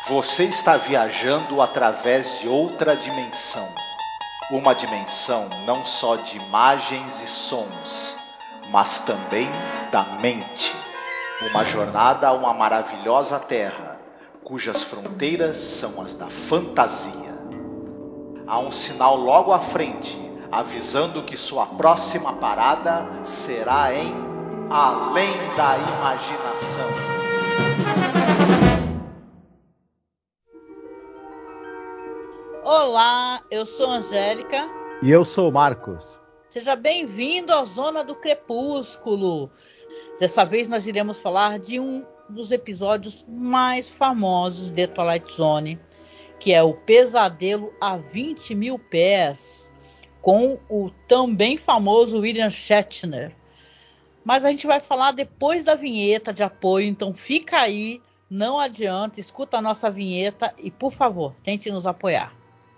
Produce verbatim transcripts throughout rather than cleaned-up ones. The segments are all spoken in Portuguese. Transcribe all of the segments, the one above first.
Você está viajando através de outra dimensão. Uma dimensão não só de imagens e sons, mas também da mente. Uma jornada a uma maravilhosa terra, cujas fronteiras são as da fantasia. Há um sinal logo à frente, avisando que sua próxima parada será em Além da Imaginação. Olá, eu sou Angélica. E eu sou o Marcos. Seja bem-vindo à Zona do Crepúsculo. Dessa vez nós iremos falar de um dos episódios mais famosos de Twilight Zone, que é o Pesadelo a vinte mil pés, com o também famoso William Shatner. Mas a gente vai falar depois da vinheta de apoio, então fica aí, não adianta, escuta a nossa vinheta e, por favor, tente nos apoiar.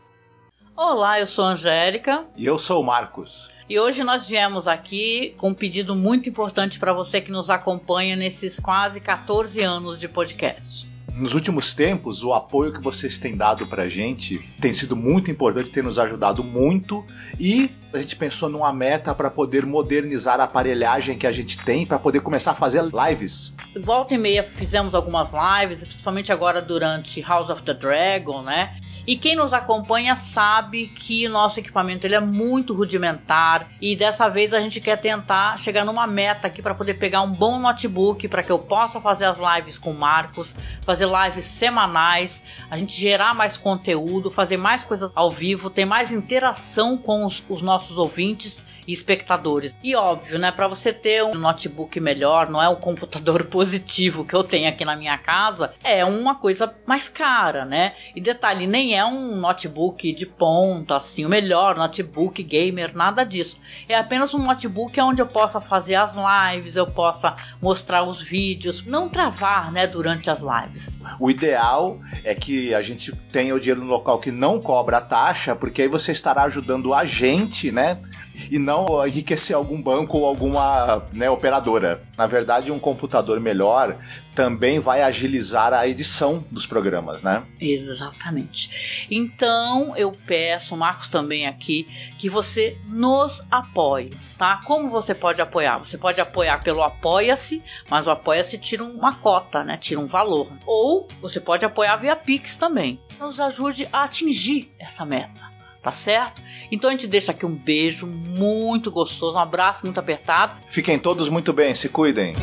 Olá, eu sou a Angélica. E eu sou o Marcos. E hoje nós viemos aqui com um pedido muito importante para você que nos acompanha nesses quase catorze anos de podcast. Nos últimos tempos, o apoio que vocês têm dado pra gente tem sido muito importante, tem nos ajudado muito, e a gente pensou numa meta para poder modernizar a aparelhagem que a gente tem, para poder começar a fazer lives. Volta e meia fizemos algumas lives, principalmente agora durante House of the Dragon, né? E quem nos acompanha sabe que nosso equipamento ele é muito rudimentar e dessa vez a gente quer tentar chegar numa meta aqui para poder pegar um bom notebook para que eu possa fazer as lives com o Marcos, fazer lives semanais, a gente gerar mais conteúdo, fazer mais coisas ao vivo, ter mais interação com os, os nossos ouvintes e espectadores. E óbvio, né, para você ter um notebook melhor, não é o computador positivo que eu tenho aqui na minha casa, é uma coisa mais cara, né? E detalhe, nem é um notebook de ponta, assim, o melhor notebook gamer, nada disso. É apenas um notebook onde eu possa fazer as lives, eu possa mostrar os vídeos, não travar, né, durante as lives. O ideal é que a gente tenha o dinheiro no local que não cobra a taxa, porque aí você estará ajudando a gente, né? E não enriquecer algum banco ou alguma, né, operadora. Na verdade, um computador melhor também vai agilizar a edição dos programas, né? Exatamente. Então, eu peço, o Marcos também aqui, que você nos apoie, tá? Como você pode apoiar? Você pode apoiar pelo Apoia-se, mas o Apoia-se tira uma cota, né? Tira um valor. Ou você pode apoiar via Pix também. Nos ajude a atingir essa meta. Tá certo? Então a gente deixa aqui um beijo muito gostoso, um abraço muito apertado. Fiquem todos muito bem, se cuidem.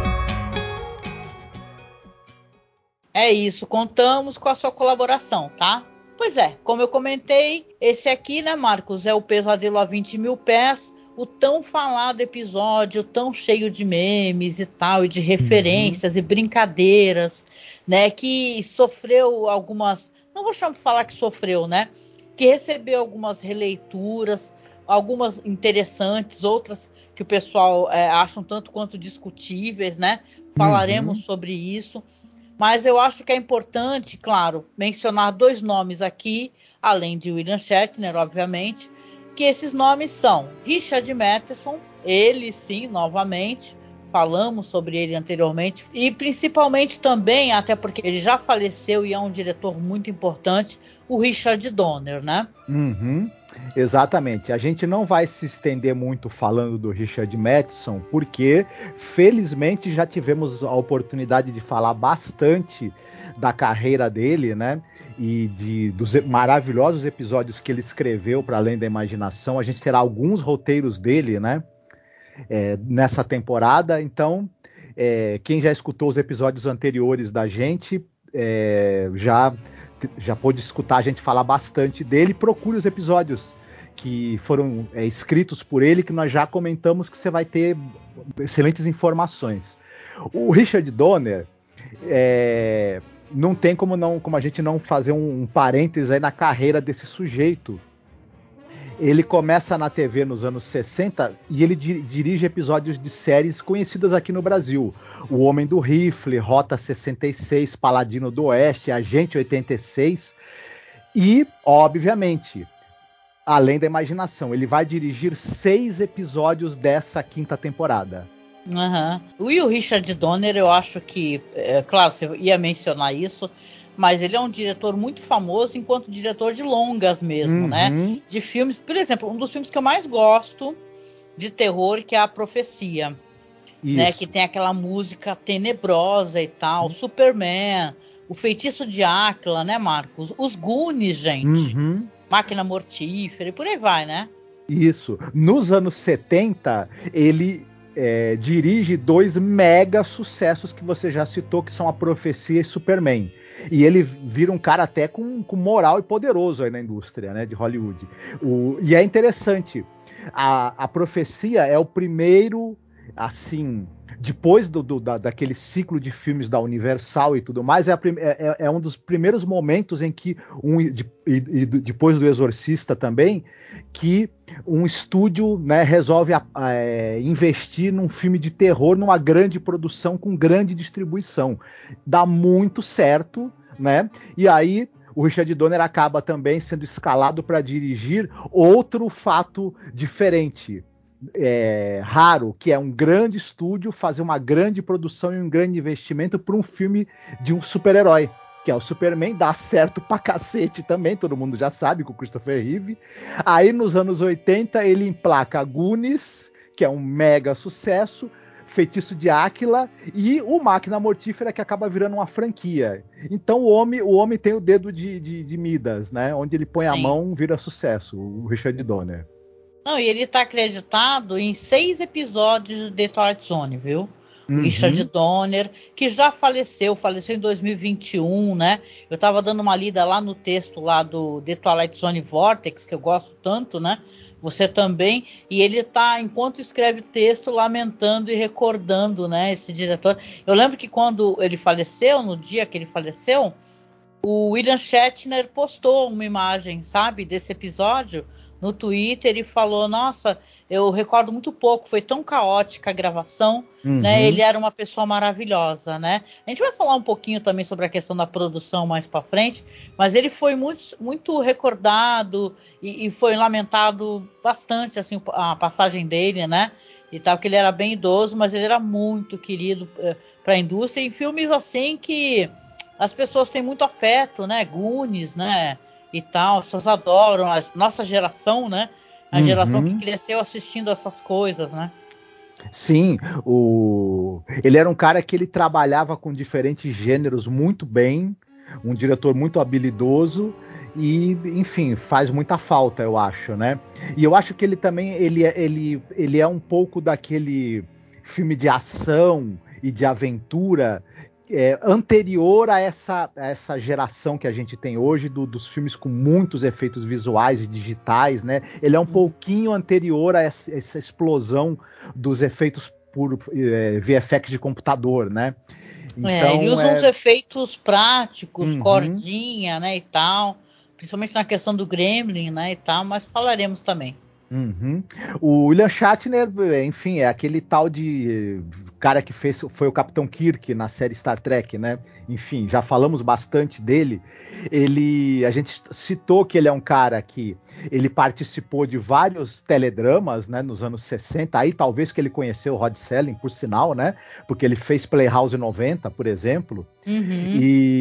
É isso, contamos com a sua colaboração, tá? Pois é, como eu comentei, esse aqui, né, Marcos, é o Pesadelo a vinte mil pés, o tão falado episódio, tão cheio de memes e tal, e de referências uhum. e brincadeiras, né, que sofreu algumas, não vou chamar, falar que sofreu, né, que recebeu algumas releituras, algumas interessantes, outras que o pessoal é, acha um tanto quanto discutíveis, né? Falaremos uhum. sobre isso. Mas eu acho que é importante, claro, mencionar dois nomes aqui, além de William Shatner, obviamente, que esses nomes são Richard Matheson, ele sim, novamente, falamos sobre ele anteriormente, e principalmente também, até porque ele já faleceu e é um diretor muito importante, o Richard Donner, né? Uhum, exatamente. A gente não vai se estender muito falando do Richard Matheson, porque felizmente já tivemos a oportunidade de falar bastante da carreira dele, né? E de, dos maravilhosos episódios que ele escreveu para Além da Imaginação. A gente terá alguns roteiros dele, né? É, nessa temporada. Então, é, quem já escutou os episódios anteriores da gente é, já já pôde escutar a gente falar bastante dele. Procure os episódios que foram é, escritos por ele, que nós já comentamos, que você vai ter excelentes informações. O Richard Donner é, não tem como, não, como a gente não fazer um, um parênteses aí na carreira desse sujeito. Ele começa na T V nos anos sessenta e ele di- dirige episódios de séries conhecidas aqui no Brasil. O Homem do Rifle, Rota sessenta e seis, Paladino do Oeste, Agente oitenta e seis e, obviamente, Além da Imaginação. Ele vai dirigir seis episódios dessa quinta temporada. Uhum. E o Richard Donner, eu acho que, é, claro, você ia mencionar isso, mas ele é um diretor muito famoso enquanto diretor de longas mesmo, Uhum. né? De filmes, por exemplo, um dos filmes que eu mais gosto de terror, que é A Profecia, né? Que tem aquela música tenebrosa e tal, uhum. Superman, O Feitiço de Áquila, né, Marcos? Os Goonies, gente. Uhum. Máquina Mortífera e por aí vai, né? Isso. Nos anos setenta, ele é, dirige dois mega sucessos que você já citou, que são A Profecia e Superman. E ele vira um cara até com, com moral e poderoso aí na indústria, né, de Hollywood. O, e é interessante, a, a Profecia é o primeiro, assim, depois do, do, da, daquele ciclo de filmes da Universal e tudo mais, é, a, é, é um dos primeiros momentos em que, um, de, e, e depois do Exorcista também, que um estúdio, né, resolve a, a, é, investir num filme de terror, numa grande produção com grande distribuição. Dá muito certo, né? E aí o Richard Donner acaba também sendo escalado para dirigir outro fato diferente, é, raro, que é um grande estúdio fazer uma grande produção e um grande investimento para um filme de um super-herói, que é o Superman. Dá certo pra cacete também, todo mundo já sabe, com o Christopher Reeve. Aí nos anos oitenta ele emplaca Goonies, que é um mega sucesso, Feitiço de Áquila e o Máquina Mortífera, que acaba virando uma franquia. Então o homem, o homem tem o dedo de, de, de Midas, né? Onde ele põe Sim. a mão, vira sucesso, o Richard Donner. Não, e ele tá acreditado em seis episódios de The Twilight Zone, viu? Uhum. Richard Donner, que já faleceu, faleceu em dois mil e vinte e um, né? Eu tava dando uma lida lá no texto lá do The Twilight Zone Vortex, que eu gosto tanto, né? Você também, e ele tá, enquanto escreve texto, lamentando e recordando, né, esse diretor. Eu lembro que quando ele faleceu, no dia que ele faleceu, o William Shatner postou uma imagem, sabe, desse episódio no Twitter e falou, nossa, eu recordo muito pouco, foi tão caótica a gravação, uhum. né? Ele era uma pessoa maravilhosa, né? A gente vai falar um pouquinho também sobre a questão da produção mais para frente, mas ele foi muito, muito recordado e, e foi lamentado bastante, assim, a passagem dele, né? E tal, que ele era bem idoso, mas ele era muito querido uh, para a indústria, em filmes assim que as pessoas têm muito afeto, né? Goonies, né? E tal, as pessoas adoram, a nossa geração, né? A uhum. geração que cresceu assistindo essas coisas, né? Sim, o... ele era um cara que ele trabalhava com diferentes gêneros muito bem, um diretor muito habilidoso e, enfim, faz muita falta, eu acho, né? E eu acho que ele também, ele, ele, ele é um pouco daquele filme de ação e de aventura É, anterior a essa, a essa geração que a gente tem hoje do, dos filmes com muitos efeitos visuais e digitais, né? Ele é um hum. pouquinho anterior a essa, essa explosão dos efeitos por é, V F X de computador, né? Então, é, ele usa é... uns efeitos práticos, uhum. cordinha, né, e tal, principalmente na questão do Gremlin, né, e tal, mas falaremos também. Uhum. O William Shatner, enfim, é aquele tal de cara que fez, foi o Capitão Kirk na série Star Trek, né? Enfim, já falamos bastante dele. Ele, a gente citou que ele é um cara que ele participou de vários teledramas, né, nos anos sessenta. Aí talvez que ele conheceu o Rod Serling, por sinal, né? Porque ele fez Playhouse noventa, por exemplo. Uhum.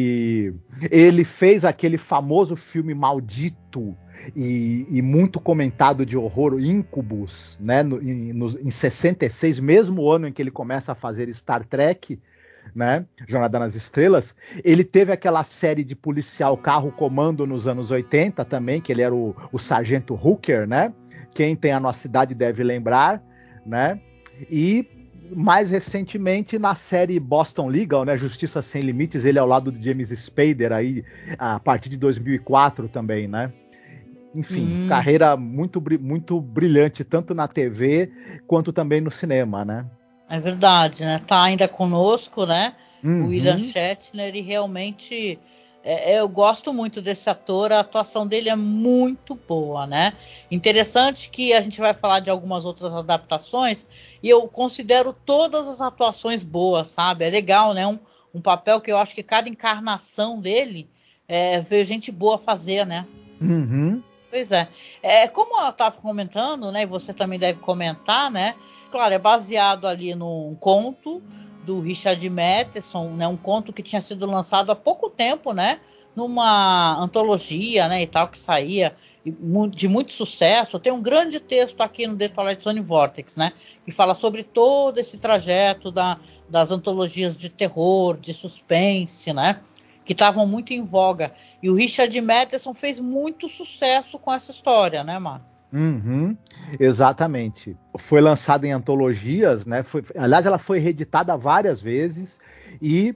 E ele fez aquele famoso filme Maldito E, e muito comentado de horror, Incubus, né, no, em, no, em sessenta e seis, mesmo ano em que ele começa a fazer Star Trek, né, Jornada nas Estrelas. Ele teve aquela série de policial Carro Comando nos anos oitenta também, que ele era o, o Sargento Hooker, né, quem tem a nossa idade deve lembrar, né, e mais recentemente na série Boston Legal, né, Justiça Sem Limites, ele ao lado de James Spader aí, a partir de dois mil e quatro também, né. Enfim, hum. carreira muito, muito brilhante, tanto na T V quanto também no cinema, né? É verdade, né? Tá ainda conosco, né? Uhum. O William Shatner, e realmente é, eu gosto muito desse ator, a atuação dele é muito boa, né? Interessante que a gente vai falar de algumas outras adaptações e eu considero todas as atuações boas, sabe? É legal, né? Um, um papel que eu acho que cada encarnação dele é, veio gente boa fazer, né? Uhum. Pois é. é. Como ela estava comentando, né? E você também deve comentar, né? claro, é baseado ali num conto do Richard Matheson, né, um conto que tinha sido lançado há pouco tempo, né, numa antologia, né, e tal, que saía de muito sucesso. Tem um grande texto aqui no The Twilight Zone Vortex, né, que fala sobre todo esse trajeto da, das antologias de terror, de suspense, né, que estavam muito em voga. E o Richard Matheson fez muito sucesso com essa história, né, Marco? Uhum, exatamente. Foi lançada em antologias, né? Foi, aliás, ela foi reeditada várias vezes e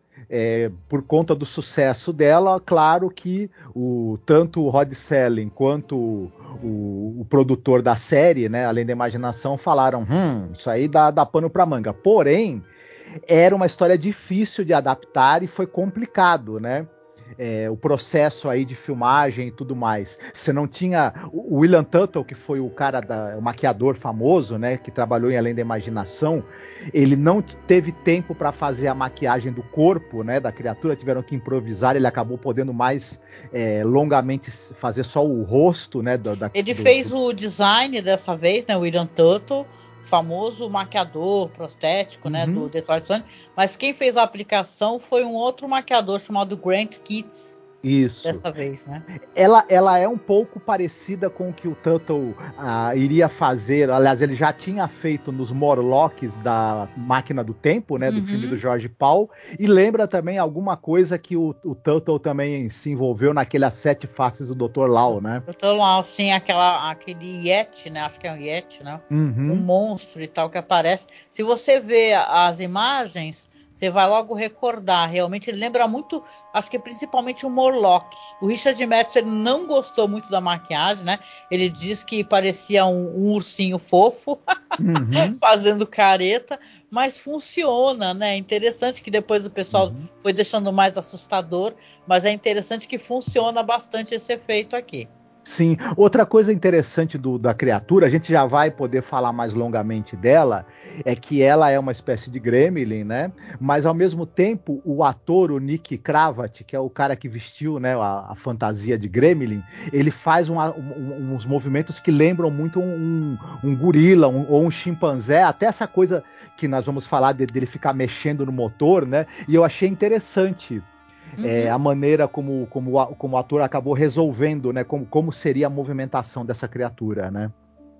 é, por conta do sucesso dela, claro que o, tanto o Rod Serling quanto o, o, o produtor da série, né, além da imaginação, falaram, hum, isso aí dá, dá pano para manga. Porém, era uma história difícil de adaptar e foi complicado, né? É, o processo aí de filmagem e tudo mais. Você não tinha o William Tuttle, que foi o cara da, o maquiador famoso, né, que trabalhou em Além da Imaginação, ele não teve tempo para fazer a maquiagem do corpo, né, da criatura, tiveram que improvisar, ele acabou podendo mais é, longamente fazer só o rosto, né, do, da, ele do, fez do... o design dessa vez, né, o William Tuttle, famoso maquiador prostético, uhum, né, do The Twilight Zone, mas quem fez a aplicação foi um outro maquiador chamado Grant Kitts. Isso. Dessa vez, né? Ela, ela é um pouco parecida com o que o Tuttle uh, iria fazer. Aliás, ele já tinha feito nos Morlocks da Máquina do Tempo, né? Do uhum. filme do Jorge Paul. E lembra também alguma coisa que o, o Tuttle também se envolveu naquele As Sete Faces do doutor Lau, né? doutor Lau, sim, aquela, aquele Yeti, né? Acho que é um Yeti, né? Uhum. Um monstro e tal que aparece. Se você vê as imagens, você vai logo recordar. Realmente ele lembra muito, acho que principalmente o Morlock. O Richard Matheson não gostou muito da maquiagem, né? Ele diz que parecia um, um ursinho fofo uhum. fazendo careta, mas funciona, né? É interessante que depois o pessoal uhum. foi deixando mais assustador, mas é interessante que funciona bastante esse efeito aqui. Sim, outra coisa interessante do, da criatura, a gente já vai poder falar mais longamente dela, é que ela é uma espécie de gremlin, né? Mas ao mesmo tempo, o ator, o Nick Cravat, que é o cara que vestiu, né, a, a fantasia de gremlin, ele faz uma, um, uns movimentos que lembram muito um, um gorila um, ou um chimpanzé, até essa coisa que nós vamos falar de, dele ficar mexendo no motor, né? E eu achei interessante. Uhum. É, a maneira como, como, como o ator acabou resolvendo, né? Como, como seria a movimentação dessa criatura, né?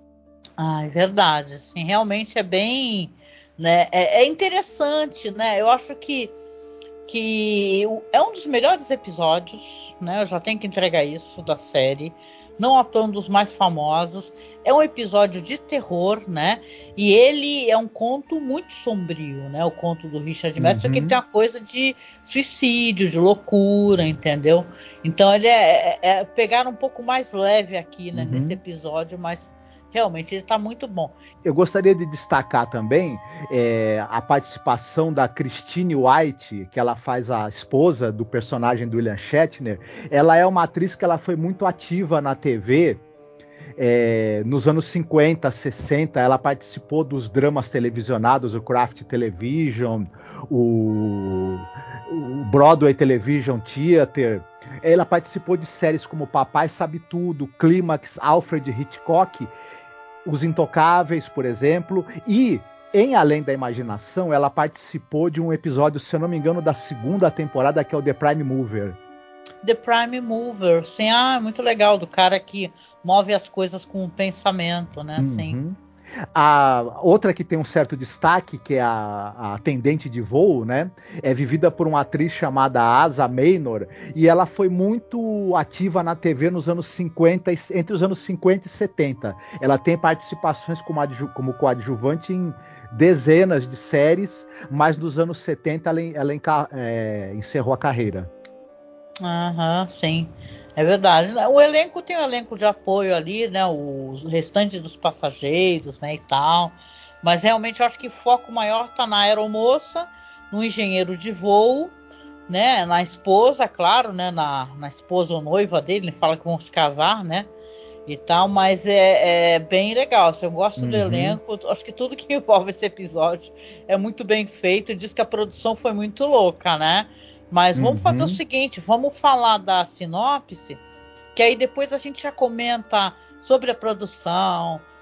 Ah, é verdade. Assim, realmente é bem, né? É, é interessante, né? Eu acho que, que é um dos melhores episódios, né? Eu já tenho que entregar isso da série. Não à toa um dos mais famosos. É um episódio de terror, né? E ele é um conto muito sombrio, né? O conto do Richard Matheson, uhum. que tem uma coisa de suicídio, de loucura, entendeu? Então ele é, é, é pegar um pouco mais leve aqui, né? Uhum. Nesse episódio, mas realmente ele está muito bom. Eu gostaria de destacar também é, a participação da Christine White, que ela faz a esposa do personagem do William Shatner. Ela é uma atriz que ela foi muito ativa na T V. É, nos anos cinquenta, sessenta, ela participou dos dramas televisionados, o Kraft Television, o, o Broadway Television Theater. Ela participou de séries como Papai Sabe Tudo, Clímax, Alfred Hitchcock, Os Intocáveis, por exemplo, e em Além da Imaginação, ela participou de um episódio, se eu não me engano, da segunda temporada, que é o The Prime Mover. The Prime Mover, sim, ah, muito legal, do cara que move as coisas com o pensamento, né, uhum. Sim. A outra que tem um certo destaque, que é a, a atendente de voo, né, é vivida por uma atriz chamada Asa Maynor, e ela foi muito ativa na T V nos anos cinquenta, entre os anos cinquenta e setenta. Ela tem participações como, adju, como coadjuvante em dezenas de séries, mas nos anos setenta ela, ela enca, é, encerrou a carreira. Aham, uhum, sim, é verdade. O elenco tem um elenco de apoio ali, né? Os restantes dos passageiros, né, e tal. Mas realmente eu acho que o foco maior tá na aeromoça, no engenheiro de voo, né? Na esposa, claro, né? Na, na esposa ou noiva dele, ele fala que vão se casar, né? E tal, mas é, é bem legal. Se eu gosto uhum. do elenco, acho que tudo que envolve esse episódio é muito bem feito. Diz que a produção foi muito louca, né? Mas vamos uhum. fazer o seguinte, vamos falar da sinopse, que aí depois a gente já comenta sobre a produção,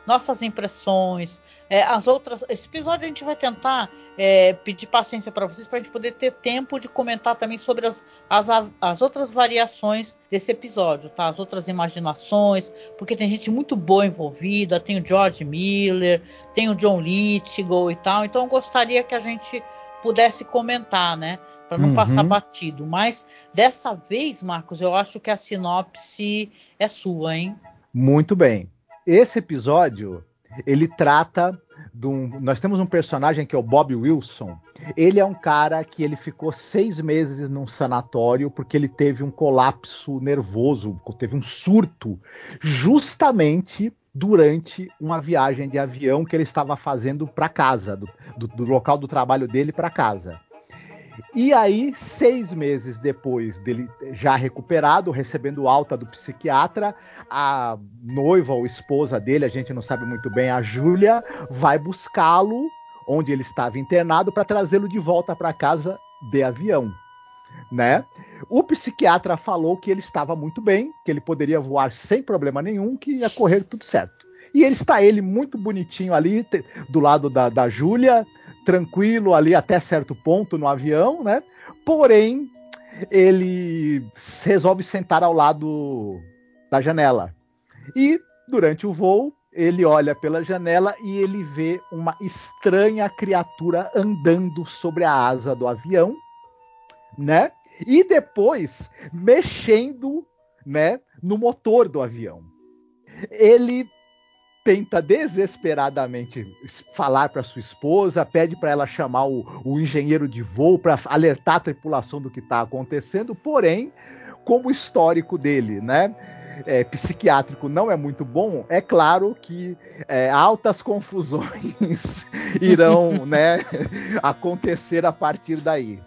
nossas impressões, é, as outras. Esse episódio a gente vai tentar é, pedir paciência para vocês, para a gente poder ter tempo de comentar também sobre as, as, as outras variações desse episódio, tá? As outras imaginações, porque tem gente muito boa envolvida, tem o George Miller, tem o John Lithgow e tal, então eu gostaria que a gente pudesse comentar, né? Para não uhum. passar batido. Mas dessa vez, Marcos, eu acho que a sinopse é sua, hein? Muito bem. Esse episódio, ele trata de um... Nós temos um personagem que é o Bob Wilson. Ele é um cara que ele ficou seis meses num sanatório porque ele teve um colapso nervoso, teve um surto, justamente durante uma viagem de avião que ele estava fazendo para casa, do, do, do local do trabalho dele para casa. E aí, seis meses depois dele já recuperado, recebendo alta do psiquiatra, a noiva ou esposa dele, a gente não sabe muito bem, a Júlia, vai buscá-lo onde ele estava internado para trazê-lo de volta para casa de avião, né? O psiquiatra falou que ele estava muito bem, que ele poderia voar sem problema nenhum, que ia correr tudo certo. E ele está ele muito bonitinho ali, do lado da, da Júlia, tranquilo ali até certo ponto no avião, né? Porém, ele resolve sentar ao lado da janela. E, durante o voo, ele olha pela janela e ele vê uma estranha criatura andando sobre a asa do avião, né? E depois mexendo, né, no motor do avião. Ele tenta desesperadamente falar para sua esposa, pede para ela chamar o, o engenheiro de voo para alertar a tripulação do que está acontecendo, porém, como o histórico dele, né, é, psiquiátrico não é muito bom, é claro que é, altas confusões irão, né, acontecer a partir daí.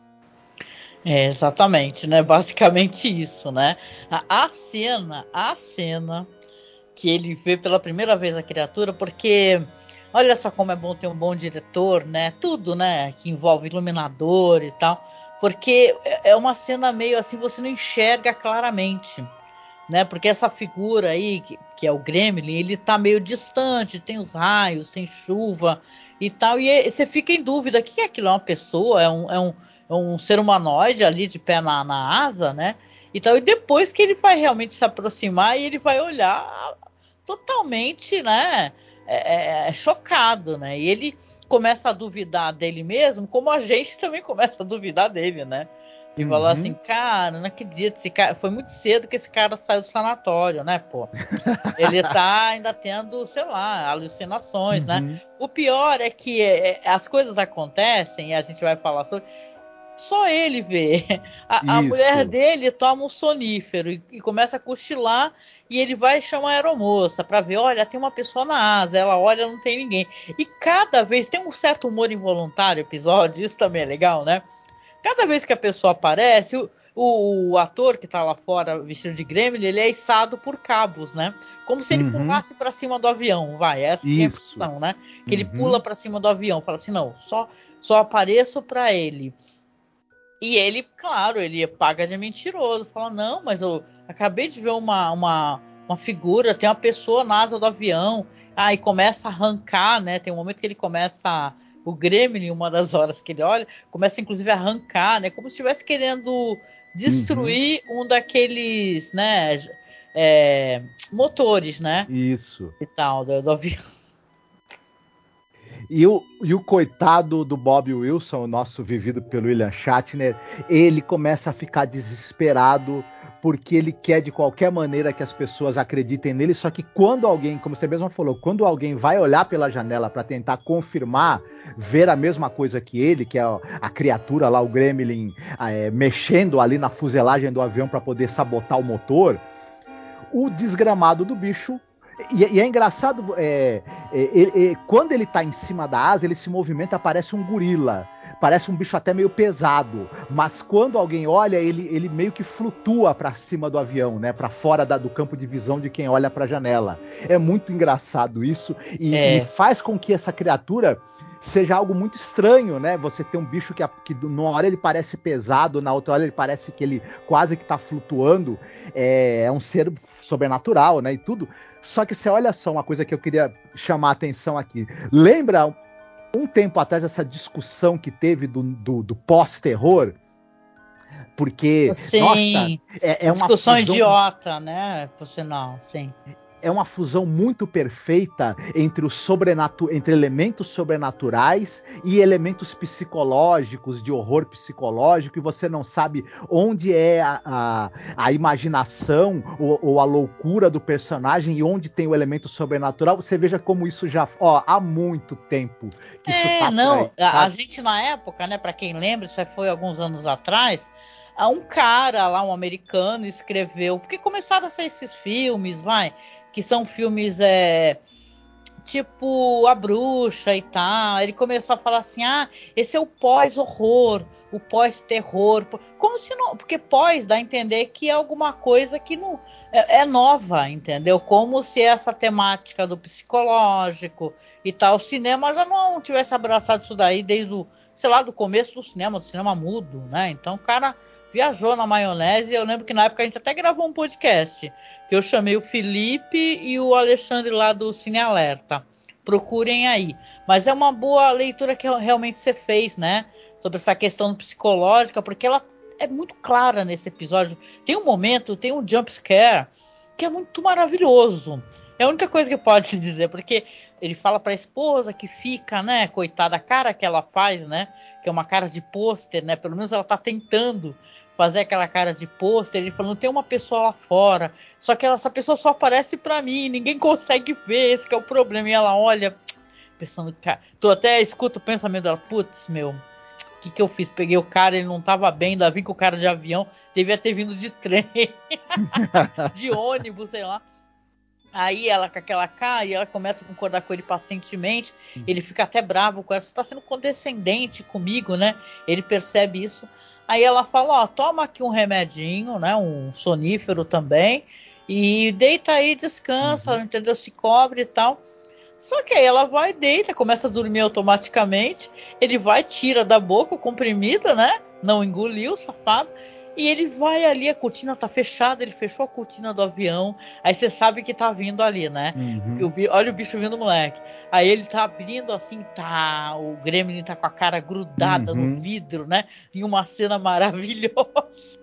É, exatamente, né? Basicamente isso, né? A, a cena, a cena que ele vê pela primeira vez a criatura, porque olha só como é bom ter um bom diretor, né? Tudo, né? Que envolve iluminador e tal, porque é uma cena meio assim, você não enxerga claramente, né? Porque essa figura aí, que, que é o Gremlin, ele tá meio distante, tem os raios, tem chuva e tal, e é, você fica em dúvida, o que é aquilo? É uma pessoa? É um, é um, é um ser humanoide ali de pé na, na asa, né? E tal, e depois que ele vai realmente se aproximar e ele vai olhar totalmente, né, é, é, chocado, né, e ele começa a duvidar dele mesmo, como a gente também começa a duvidar dele, né, e uhum. falar assim, cara, não acredito, esse cara, foi muito cedo que esse cara saiu do sanatório, né, pô, ele tá ainda tendo, sei lá, alucinações, uhum. né, o pior é que é, as coisas acontecem, e a gente vai falar sobre, só ele vê. A, a mulher dele toma um sonífero e, e começa a cochilar, e ele vai chamar a aeromoça para ver, olha, tem uma pessoa na asa, ela olha, não tem ninguém. E cada vez, tem um certo humor involuntário episódio, isso também é legal, né? Cada vez que a pessoa aparece, o, o, o ator que tá lá fora vestido de Gremlin, ele é içado por cabos, né? Como se ele uhum. pulasse para cima do avião, vai, essa que é a impressão, né? Que uhum. ele pula para cima do avião, fala assim, não, só, só apareço para ele. E ele, claro, ele paga de mentiroso. Fala, não, mas eu acabei de ver uma, uma, uma figura, tem uma pessoa na asa do avião. Aí ah, começa a arrancar, né? Tem um momento que ele começa, o Gremlin, uma das horas que ele olha, começa inclusive a arrancar, né? Como se estivesse querendo destruir uhum. um daqueles, né? É, motores, né? Isso. E tal, do, do avião. E o, e o coitado do Bob Wilson, o nosso vivido pelo William Shatner, ele começa a ficar desesperado porque ele quer de qualquer maneira que as pessoas acreditem nele, só que quando alguém, como você mesmo falou, quando alguém vai olhar pela janela para tentar confirmar, ver a mesma coisa que ele, que é a, a criatura lá, o Gremlin, é, mexendo ali na fuselagem do avião para poder sabotar o motor, o desgramado do bicho. E, e é engraçado, é, é, é, é, quando ele tá em cima da asa, ele se movimenta, parece um gorila. parece um bicho até meio pesado, mas quando alguém olha, ele, ele meio que flutua para cima do avião, né, para fora da, do campo de visão de quem olha para a janela. É muito engraçado isso e, É. e faz com que essa criatura seja algo muito estranho, né? Você tem um bicho que, que numa hora ele parece pesado, na outra hora ele parece que ele quase que está flutuando. É, é um ser sobrenatural, né? E tudo. Só que você olha só uma coisa que eu queria chamar a atenção aqui. Lembra um tempo atrás essa discussão que teve do, do, do pós-terror? Porque, sim, nossa, é, é uma discussão fusão... idiota, né? Por sinal, sim. É uma fusão muito perfeita entre, o sobrenatu... entre elementos sobrenaturais e elementos psicológicos, de horror psicológico, e você não sabe onde é a, a, a imaginação ou, ou a loucura do personagem e onde tem o elemento sobrenatural. Você veja como isso já... Ó, há muito tempo que é, isso tá não, por aí. A, a gente na época, né, para quem lembra, isso foi alguns anos atrás, um cara lá, um americano, escreveu, porque começaram a ser esses filmes, vai... que são filmes é, tipo A Bruxa e tal. Ele começou a falar assim, ah, esse é o pós-horror, o pós-terror, como se não, porque pós dá a entender que é alguma coisa que não é, é nova, entendeu? Como se essa temática do psicológico e tal, o cinema já não tivesse abraçado isso daí desde o, sei lá, do começo do cinema, do cinema mudo, né? Então o cara viajou na maionese. Eu lembro que na época a gente até gravou um podcast que eu chamei o Felipe e o Alexandre lá do Cine Alerta. Procurem aí. Mas é uma boa leitura que realmente você fez, né? Sobre essa questão psicológica, porque ela é muito clara nesse episódio. Tem um momento, tem um jump scare que é muito maravilhoso. É a única coisa que pode se dizer, porque ele fala para a esposa que fica, né, coitada, a cara que ela faz, né, que é uma cara de pôster, né, pelo menos ela tá tentando fazer aquela cara de pôster. Ele falando, tem uma pessoa lá fora, só que ela, essa pessoa só aparece para mim, ninguém consegue ver, esse que é o problema. E ela olha, pensando, cara, tu até escuta o pensamento dela, putz, meu, o que que eu fiz? Peguei o cara, ele não tava bem, ainda vim com o cara de avião, devia ter vindo de trem, de ônibus, sei lá. Aí ela com aquela cara, e ela começa a concordar com ele pacientemente, ele fica até bravo com ela, você tá sendo condescendente comigo, né? Ele percebe isso. Aí ela fala, ó, toma aqui um remedinho, né, um sonífero também, e deita aí, descansa, uhum. entendeu? Se cobre e tal. Só que aí ela vai, deita, começa a dormir automaticamente, ele vai, tira da boca o comprimido, né? Não engoliu, safado. E ele vai ali, a cortina tá fechada, ele fechou a cortina do avião, aí você sabe que tá vindo ali, né? Uhum. O, olha o bicho vindo, moleque. Aí ele tá abrindo assim, tá, o Gremlin tá com a cara grudada uhum. no vidro, né? Em uma cena maravilhosa.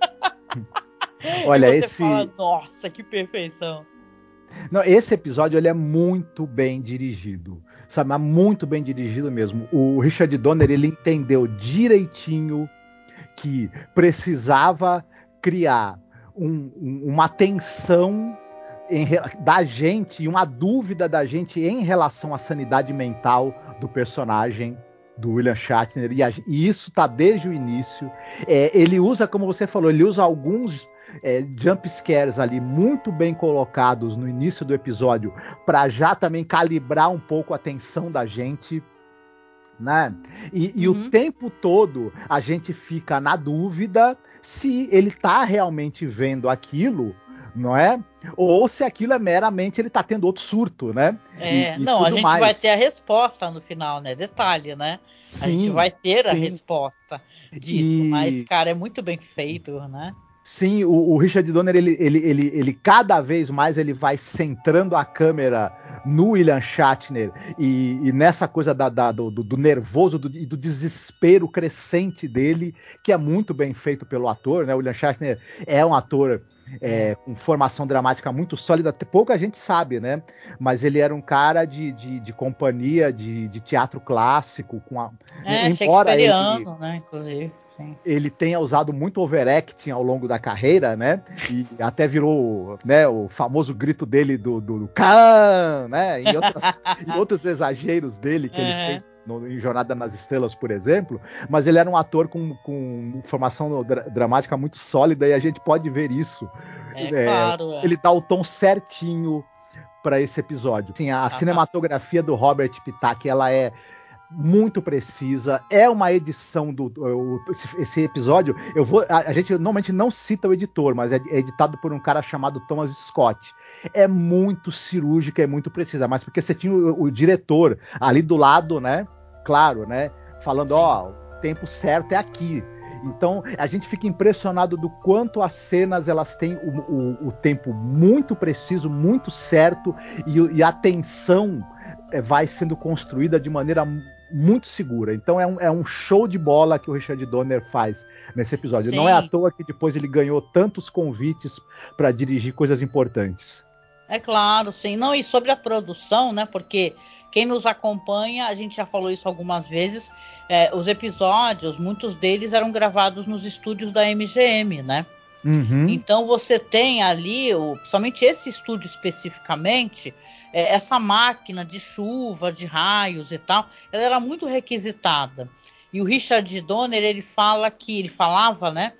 Olha, e você esse... fala, nossa, que perfeição. Não, esse episódio ele é muito bem dirigido, sabe? Mas muito bem dirigido mesmo. O Richard Donner, ele entendeu direitinho que precisava criar um, um, uma tensão em, da gente e uma dúvida da gente em relação à sanidade mental do personagem do William Shatner, e, a, e isso tá desde o início. É, ele usa, como você falou, ele usa alguns é, jump scares ali muito bem colocados no início do episódio para já também calibrar um pouco a tensão da gente, né? E, e uhum. o tempo todo a gente fica na dúvida se ele tá realmente vendo aquilo, não é? Ou se aquilo é meramente ele tá tendo outro surto, né? É, e, e não, a gente mais. vai ter a resposta no final, né? Detalhe, né? Sim, a gente vai ter sim. a resposta disso, e... mas, cara, é muito bem feito, né? Sim, o, o Richard Donner, ele, ele, ele, ele cada vez mais ele vai centrando a câmera no William Shatner e, e nessa coisa da, da, do, do nervoso e do, do desespero crescente dele, que é muito bem feito pelo ator, né? O William Shatner é um ator é, com formação dramática muito sólida, pouca gente sabe, né? Mas ele era um cara de, de, de companhia, de, de teatro clássico, com a, é, shakespeariano, ele, né? Inclusive. Sim. Ele tenha usado muito overacting ao longo da carreira, né? E até virou, né, o famoso grito dele do, do, do Khan, né? Em, outras, em outros exageros dele que é. ele fez no, em Jornada nas Estrelas, por exemplo. Mas ele era um ator com, com formação dra- dramática muito sólida e a gente pode ver isso. É, é claro. É. Ele dá o tom certinho para esse episódio. Assim, a, a cinematografia do Robert Pitak, ela é muito precisa, é uma edição do o, esse, esse episódio, eu vou a, a gente normalmente não cita o editor, mas é, é editado por um cara chamado Thomas Scott. É muito cirúrgica, é muito precisa, mas porque você tinha o, o diretor ali do lado, né? Claro, né? Falando, ó, o tempo certo é aqui. Então a gente fica impressionado do quanto as cenas elas têm o, o, o tempo muito preciso, muito certo, e, e a tensão vai sendo construída de maneira muito segura. Então é um, é um show de bola que o Richard Donner faz nesse episódio. Sim. Não é à toa que depois ele ganhou tantos convites para dirigir coisas importantes. É claro, sim. Não, e sobre a produção, né? Porque quem nos acompanha, a gente já falou isso algumas vezes, é, os episódios, muitos deles eram gravados nos estúdios da M G M, né? Uhum. Então você tem ali, o, principalmente esse estúdio especificamente, é, essa máquina de chuva, de raios e tal, ela era muito requisitada. E o Richard Donner, ele fala que, ele falava, né?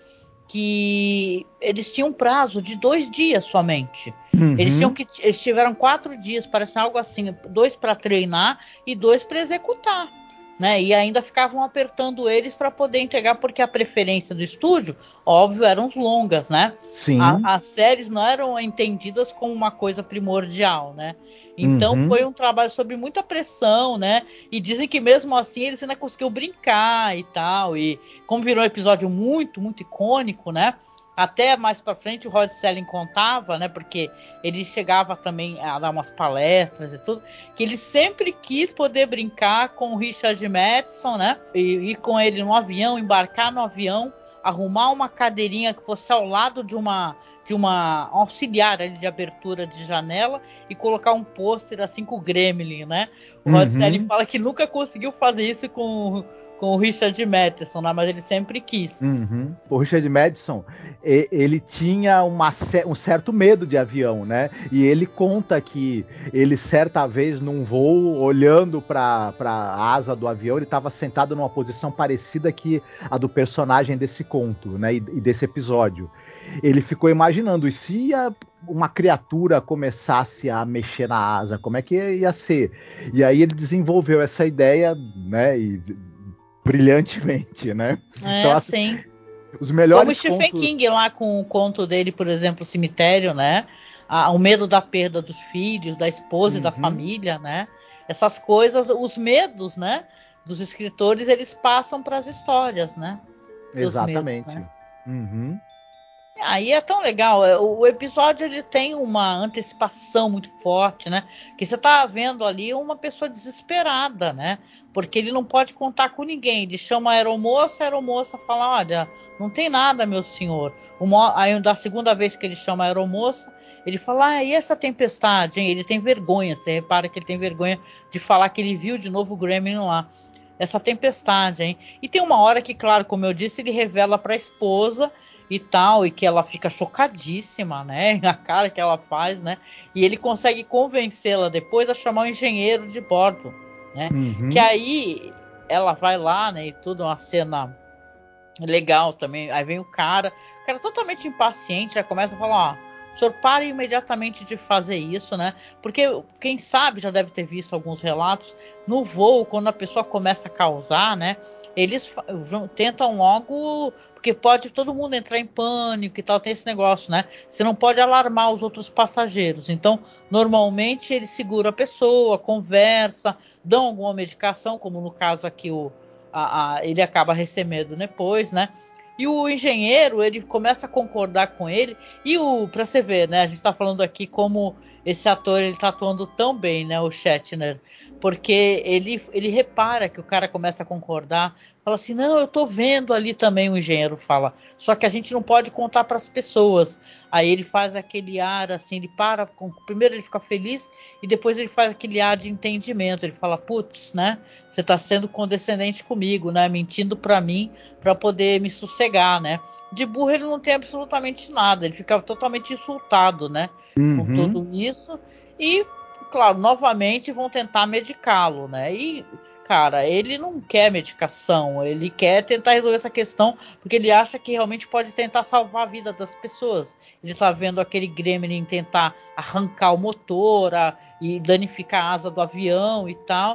Que eles tinham um prazo de dois dias somente. Uhum. Eles, tinham que, eles tiveram quatro dias, parece algo assim, dois para treinar e dois para executar, né? E ainda ficavam apertando eles para poder entregar, porque a preferência do estúdio, óbvio, eram os longas, né? Sim. A, as séries não eram entendidas como uma coisa primordial, né? Então uhum. foi um trabalho sob muita pressão, né? E dizem que mesmo assim eles ainda conseguiram brincar e tal. E como virou um episódio muito, muito icônico, né? Até mais pra frente o Rod Serling contava, né? Porque ele chegava também a dar umas palestras e tudo, que ele sempre quis poder brincar com o Richard Matheson, né? E ir com ele no avião, embarcar no avião, arrumar uma cadeirinha que fosse ao lado de uma de uma auxiliar ali de abertura de janela e colocar um pôster assim com o Gremlin, né? O Rod uhum. Serling fala que nunca conseguiu fazer isso com, com o Richard Matheson, né? Mas ele sempre quis. Uhum. O Richard Matheson, ele tinha uma, um certo medo de avião, né? E ele conta que ele certa vez num voo, olhando para a asa do avião, ele estava sentado numa posição parecida que a do personagem desse conto, né? E, e desse episódio. Ele ficou imaginando, e se a, uma criatura começasse a mexer na asa, como é que ia ser? E aí ele desenvolveu essa ideia, né? E, brilhantemente, né? É, então, assim. Os melhores Como Stephen contos... King lá com o conto dele, por exemplo, Cemitério, né? Ah, o medo da perda dos filhos, da esposa uhum. e da família, né? Essas coisas, os medos, né? Dos escritores, eles passam para as histórias, né? Seus Exatamente. Medos, né? Uhum. Aí é tão legal, o episódio ele tem uma antecipação muito forte, né? Que você tá vendo ali uma pessoa desesperada, né? Porque ele não pode contar com ninguém. Ele chama a aeromoça, a aeromoça fala, olha, não tem nada, meu senhor. Uma, aí da segunda vez que ele chama a aeromoça, ele fala, ah, e essa tempestade, hein? Ele tem vergonha, você repara que ele tem vergonha de falar que ele viu de novo o Gremlin lá. Essa tempestade, hein? E tem uma hora que, claro, como eu disse, ele revela para a esposa e tal, e que ela fica chocadíssima, né, a cara que ela faz, né, e ele consegue convencê-la depois a chamar o engenheiro de bordo, né, uhum. que aí ela vai lá, né, e tudo, uma cena legal também, aí vem o cara, o cara totalmente impaciente, já começa a falar, ó, o senhor para imediatamente de fazer isso, né? Porque quem sabe já deve ter visto alguns relatos no voo, quando a pessoa começa a causar, né? Eles tentam logo, porque pode todo mundo entrar em pânico e tal, tem esse negócio, né? Você não pode alarmar os outros passageiros. Então, normalmente eles seguram a pessoa, conversa, dão alguma medicação, como no caso aqui o, a, a, ele acaba recebendo depois, né? E o engenheiro, ele começa a concordar com ele. E o, pra você ver, né? A gente tá falando aqui como esse ator, ele tá atuando tão bem, né? O Shatner. Porque ele, ele repara que o cara começa a concordar. Fala assim, não, eu tô vendo ali também, o engenheiro fala. Só que a gente não pode contar para as pessoas. Aí ele faz aquele ar assim, ele para. Com, primeiro ele fica feliz e depois ele faz aquele ar de entendimento. Ele fala, putz, né? Você tá sendo condescendente comigo, né? Mentindo para mim, para poder me sossegar, né? De burro ele não tem absolutamente nada. Ele fica totalmente insultado, né? Uhum. Com tudo isso. E, claro, novamente vão tentar medicá-lo, né? E... cara, ele não quer medicação, ele quer tentar resolver essa questão porque ele acha que realmente pode tentar salvar a vida das pessoas. Ele tá vendo aquele Gremlin tentar arrancar o motor a, e danificar a asa do avião e tal.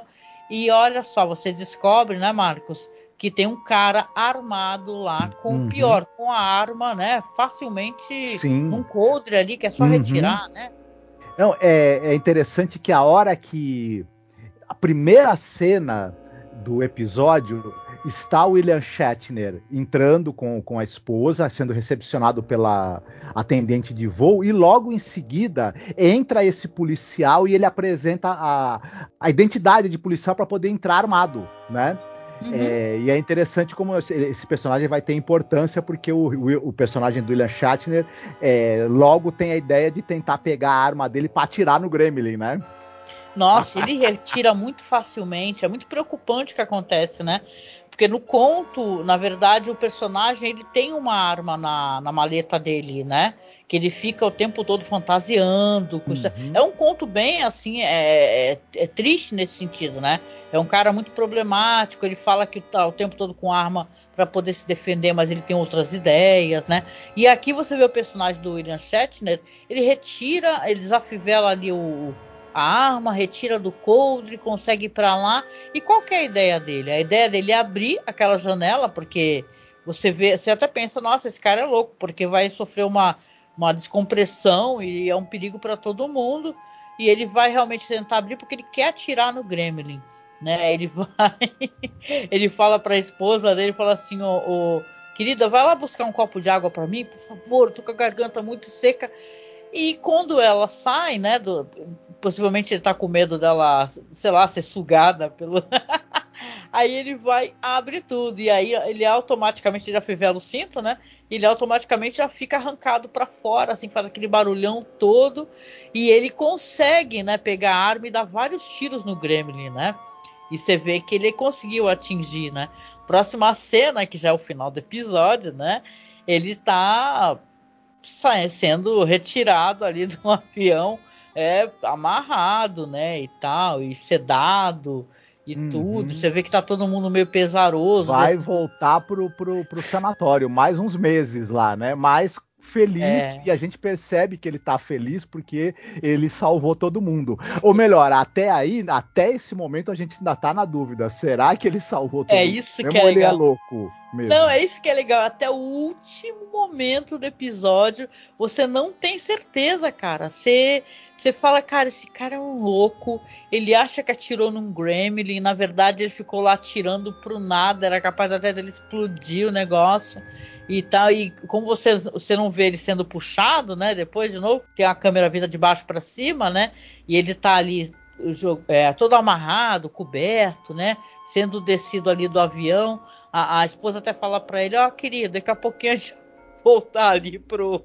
E olha só, você descobre, né, Marcos, que tem um cara armado lá com Uhum. o pior, com a arma, né, facilmente Sim. num coldre ali, que é só Uhum. retirar, né? Não, é, é interessante que a hora que a primeira cena do episódio está o William Shatner entrando com, com a esposa, sendo recepcionado pela atendente de voo, e logo em seguida entra esse policial e ele apresenta a, a identidade de policial para poder entrar armado, né? Uhum. É, e é interessante como esse personagem vai ter importância, porque o, o, o personagem do William Shatner é, logo tem a ideia de tentar pegar a arma dele para atirar no Gremlin, né? Nossa, ele retira muito facilmente. É muito preocupante o que acontece, né? Porque no conto, na verdade, o personagem ele tem uma arma na, na maleta dele, né? Que ele fica o tempo todo fantasiando. Uhum. É um conto bem assim, é, é, é triste nesse sentido, né? É um cara muito problemático. Ele fala que tá o tempo todo com arma para poder se defender, mas ele tem outras ideias, né? E aqui você vê o personagem do William Shatner, ele retira, ele desafivela ali o a arma, retira do coldre, consegue ir para lá. E qual que é a ideia dele? A ideia dele é abrir aquela janela, porque você vê, você até pensa, nossa, esse cara é louco, porque vai sofrer uma, uma descompressão e é um perigo para todo mundo. E ele vai realmente tentar abrir porque ele quer atirar no Gremlin, né? Ele vai, ele fala para a esposa dele, fala assim, ô, ô, querida, vai lá buscar um copo de água para mim, por favor, eu tô com a garganta muito seca. E quando ela sai, né, do, possivelmente ele tá com medo dela, sei lá, ser sugada pelo... Aí ele vai, abre tudo, e aí ele automaticamente já fivela o cinto, né, ele automaticamente já fica arrancado para fora, assim, faz aquele barulhão todo, e ele consegue, né, pegar a arma e dar vários tiros no Gremlin, né, e você vê que ele conseguiu atingir, né. Próxima cena, que já é o final do episódio, né, ele tá... sendo retirado ali de um avião, é, amarrado, né, e tal, e sedado e uhum. tudo. Você vê que tá todo mundo meio pesaroso. Vai desse... voltar pro, pro, pro sanatório, mais uns meses lá, né, mas feliz, é. E a gente percebe que ele tá feliz porque ele salvou todo mundo. Ou melhor, até aí, até esse momento a gente ainda tá na dúvida, será que ele salvou todo é mundo? Isso Mesmo que é ele legal. é louco mesmo? Não, é isso que é legal. Até o último momento do episódio, você não tem certeza, cara. Você, você fala, cara, esse cara é um louco. Ele acha que atirou num Gremlin. Na verdade, ele ficou lá atirando pro nada. Era capaz até dele explodir o negócio e tal. E como você, você não vê ele sendo puxado, né? Depois, de novo, tem a câmera vinda de baixo para cima, né? E ele tá ali é, todo amarrado, coberto, né? Sendo descido ali do avião. A, a esposa até fala pra ele, ó, oh, querido, daqui a pouquinho a gente voltar ali pro,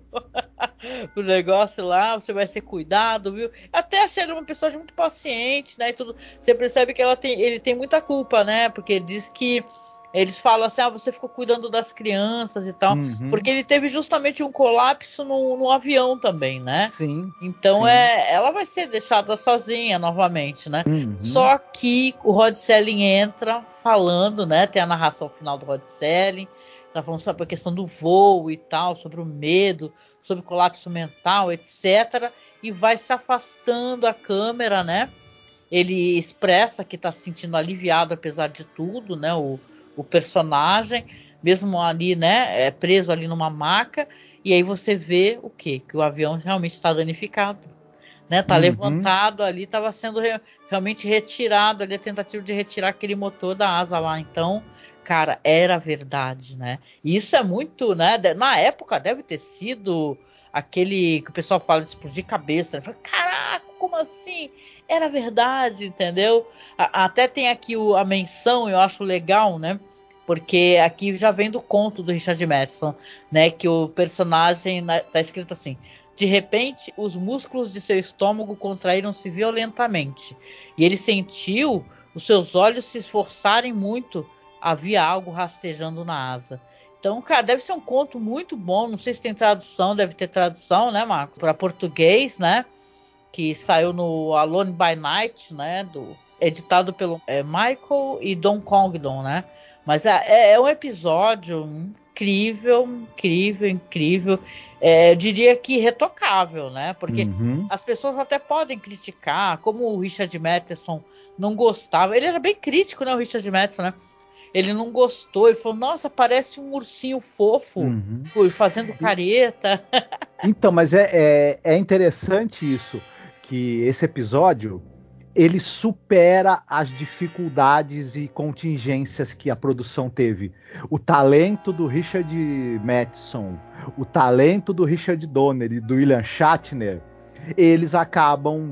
pro negócio lá, você vai ser cuidado, viu? Até achei ele uma pessoa muito paciente, né, e tudo. Você percebe que ela tem, ele tem muita culpa, né, porque ele diz que eles falam assim, ah, você ficou cuidando das crianças e tal, uhum. Porque ele teve justamente um colapso no, no avião também, né? Sim. Então sim. É, ela vai ser deixada sozinha novamente, né? Uhum. Só que o Rod Serling entra falando, né? Tem a narração final do Rod Serling, tá falando sobre a questão do voo e tal, sobre o medo, sobre o colapso mental, etcétera. E vai se afastando a câmera, né? Ele expressa que tá se sentindo aliviado apesar de tudo, né? O, o personagem, mesmo ali, né? É preso ali numa maca. E aí você vê o quê? Que o avião realmente está danificado. Né? Tá uhum. levantado ali, estava sendo re- realmente retirado ali, a tentativa de retirar aquele motor da asa lá. Então, cara, era verdade, né? E isso é muito, né? De, na época deve ter sido aquele que o pessoal fala de explodir cabeça. Né? Fala, caraca, como assim? Era verdade, entendeu? A, até tem aqui o, a menção, eu acho legal, né? Porque aqui já vem do conto do Richard Matheson, né? Que o personagem né, tá escrito assim: de repente, os músculos de seu estômago contraíram-se violentamente, e ele sentiu os seus olhos se esforçarem muito. Havia algo rastejando na asa. Então, cara, deve ser um conto muito bom. Não sei se tem tradução, deve ter tradução, né, Marcos? Para português, né? Que saiu no Alone by Night, né? Do, editado pelo é, Michael e Don Congdon, né? Mas é, é um episódio incrível, incrível, incrível. É, eu diria que irretocável, né? Porque Uhum. as pessoas até podem criticar, como o Richard Matheson não gostava. Ele era bem crítico, né, o Richard Matheson, né? Ele não gostou, ele falou, nossa, parece um ursinho fofo, Uhum. fazendo careta. Então, mas é, é, é interessante isso, que esse episódio, ele supera as dificuldades e contingências que a produção teve. O talento do Richard Matheson, o talento do Richard Donner e do William Shatner, eles acabam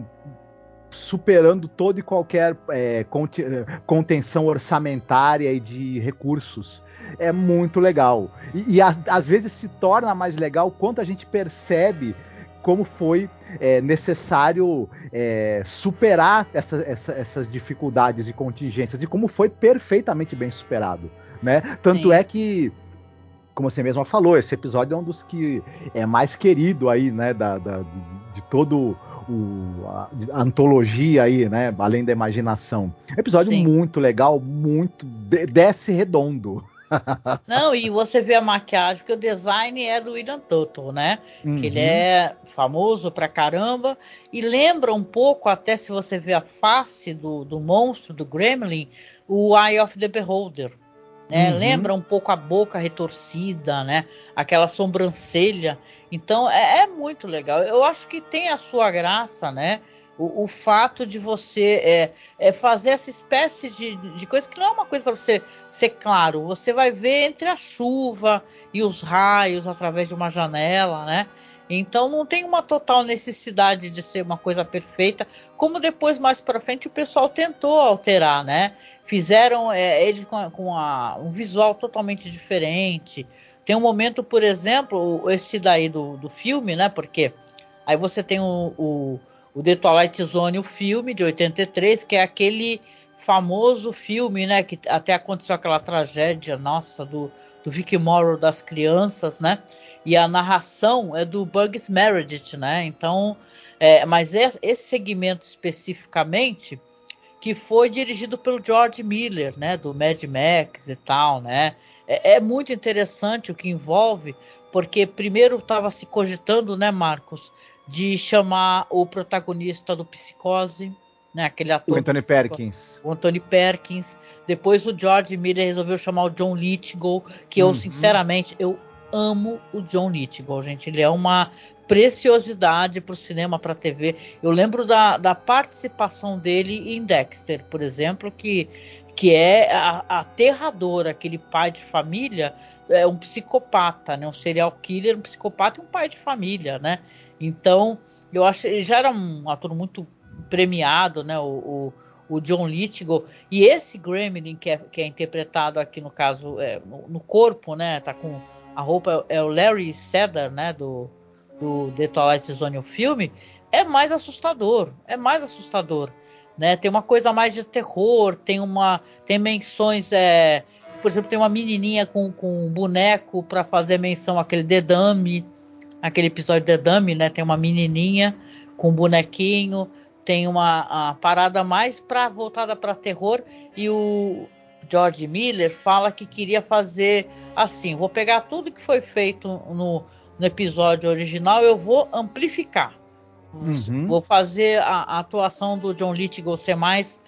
superando toda e qualquer é, contenção orçamentária e de recursos. É muito legal. E, e a, às vezes se torna mais legal quando a gente percebe como foi é, necessário é, superar essa, essa, essas dificuldades e contingências e como foi perfeitamente bem superado, né? Tanto Sim. é que, como você mesma falou, esse episódio é um dos que é mais querido aí, né, da, da de, de todo o, a, a antologia aí, né, além da imaginação. Episódio Sim. muito legal, muito de, desce redondo. Não, e você vê a maquiagem, porque o design é do William Tuttle, né? Uhum. Que ele é famoso pra caramba e lembra um pouco, até se você vê a face do, do monstro, do Gremlin, o Eye of the Beholder. Né? Uhum. Lembra um pouco a boca retorcida, né? Aquela sobrancelha. Então é, é muito legal. Eu acho que tem a sua graça, né? O, o fato de você é, é fazer essa espécie de, de coisa que não é uma coisa para você ser claro. Você vai ver entre a chuva e os raios através de uma janela, né? Então não tem uma total necessidade de ser uma coisa perfeita, como depois mais para frente o pessoal tentou alterar, né? Fizeram é, eles com, com a, um visual totalmente diferente. Tem um momento, por exemplo, esse daí do, do filme, né? Porque aí você tem o, o, o The Twilight Zone, o filme de oitenta e três, que é aquele famoso filme, né? Que até aconteceu aquela tragédia, nossa, do, do Vic Morrow das crianças, né? E a narração é do Bugs Meredith, né? Então, é, mas esse segmento especificamente, que foi dirigido pelo George Miller, né, do Mad Max e tal, né? É, é muito interessante o que envolve, porque primeiro estava se cogitando, né, Marcos, de chamar o protagonista do Psicose, né, aquele ator, o Anthony Perkins, o Anthony Perkins. Depois o George Miller resolveu chamar o John Lithgow, que uhum. eu sinceramente eu amo o John Lithgow, gente. Ele é uma preciosidade para o cinema, para a T V. Eu lembro da, da participação dele em Dexter, por exemplo, que, que é a, a aterrador, aquele pai de família, é um psicopata, né? Um serial killer, um psicopata e um pai de família, né? Então, eu acho que ele já era um ator muito premiado, né? O, o, o John Lithgow. E esse Gremlin, que é, que é interpretado aqui, no caso, é, no, no corpo, né? Tá com a roupa, é o Larry Sedar, né? Do do The Twilight Zone, o filme, é mais assustador, é mais assustador, né? Tem uma coisa mais de terror, tem uma, tem menções, é, por exemplo, tem uma menininha com, com um boneco para fazer menção àquele The Dummy, aquele episódio The Dummy, né? Tem uma menininha com um bonequinho, tem uma, uma parada mais pra, voltada para terror, e o George Miller fala que queria fazer assim, vou pegar tudo que foi feito no no episódio original, eu vou amplificar. Uhum. Vou fazer a, a atuação do John Lithgow ser mais,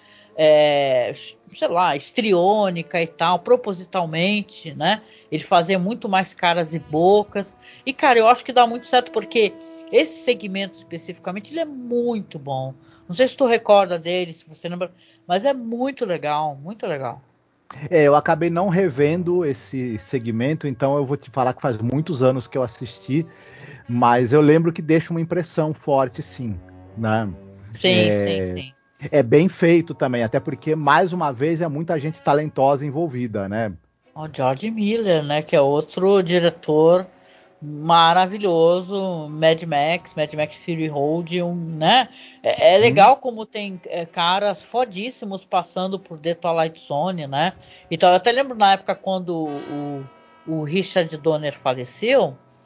é, sei lá, estriônica e tal, propositalmente, né? Ele fazer muito mais caras e bocas. E, cara, eu acho que dá muito certo, porque esse segmento especificamente, ele é muito bom. Não sei se tu recorda dele, se você lembra, mas é muito legal, muito legal. É, eu acabei não revendo esse segmento, então eu vou te falar que faz muitos anos que eu assisti, mas eu lembro que deixa uma impressão forte, sim, né? Sim, é, sim, sim. É bem feito também, até porque, mais uma vez, é muita gente talentosa envolvida, né? O George Miller, né, que é outro diretor maravilhoso, Mad Max, Mad Max Fury Road, um, né? É, é legal hum. como tem é, caras fodíssimos passando por The Twilight Zone, né? Então eu até lembro na época quando o, o Richard Donner faleceu,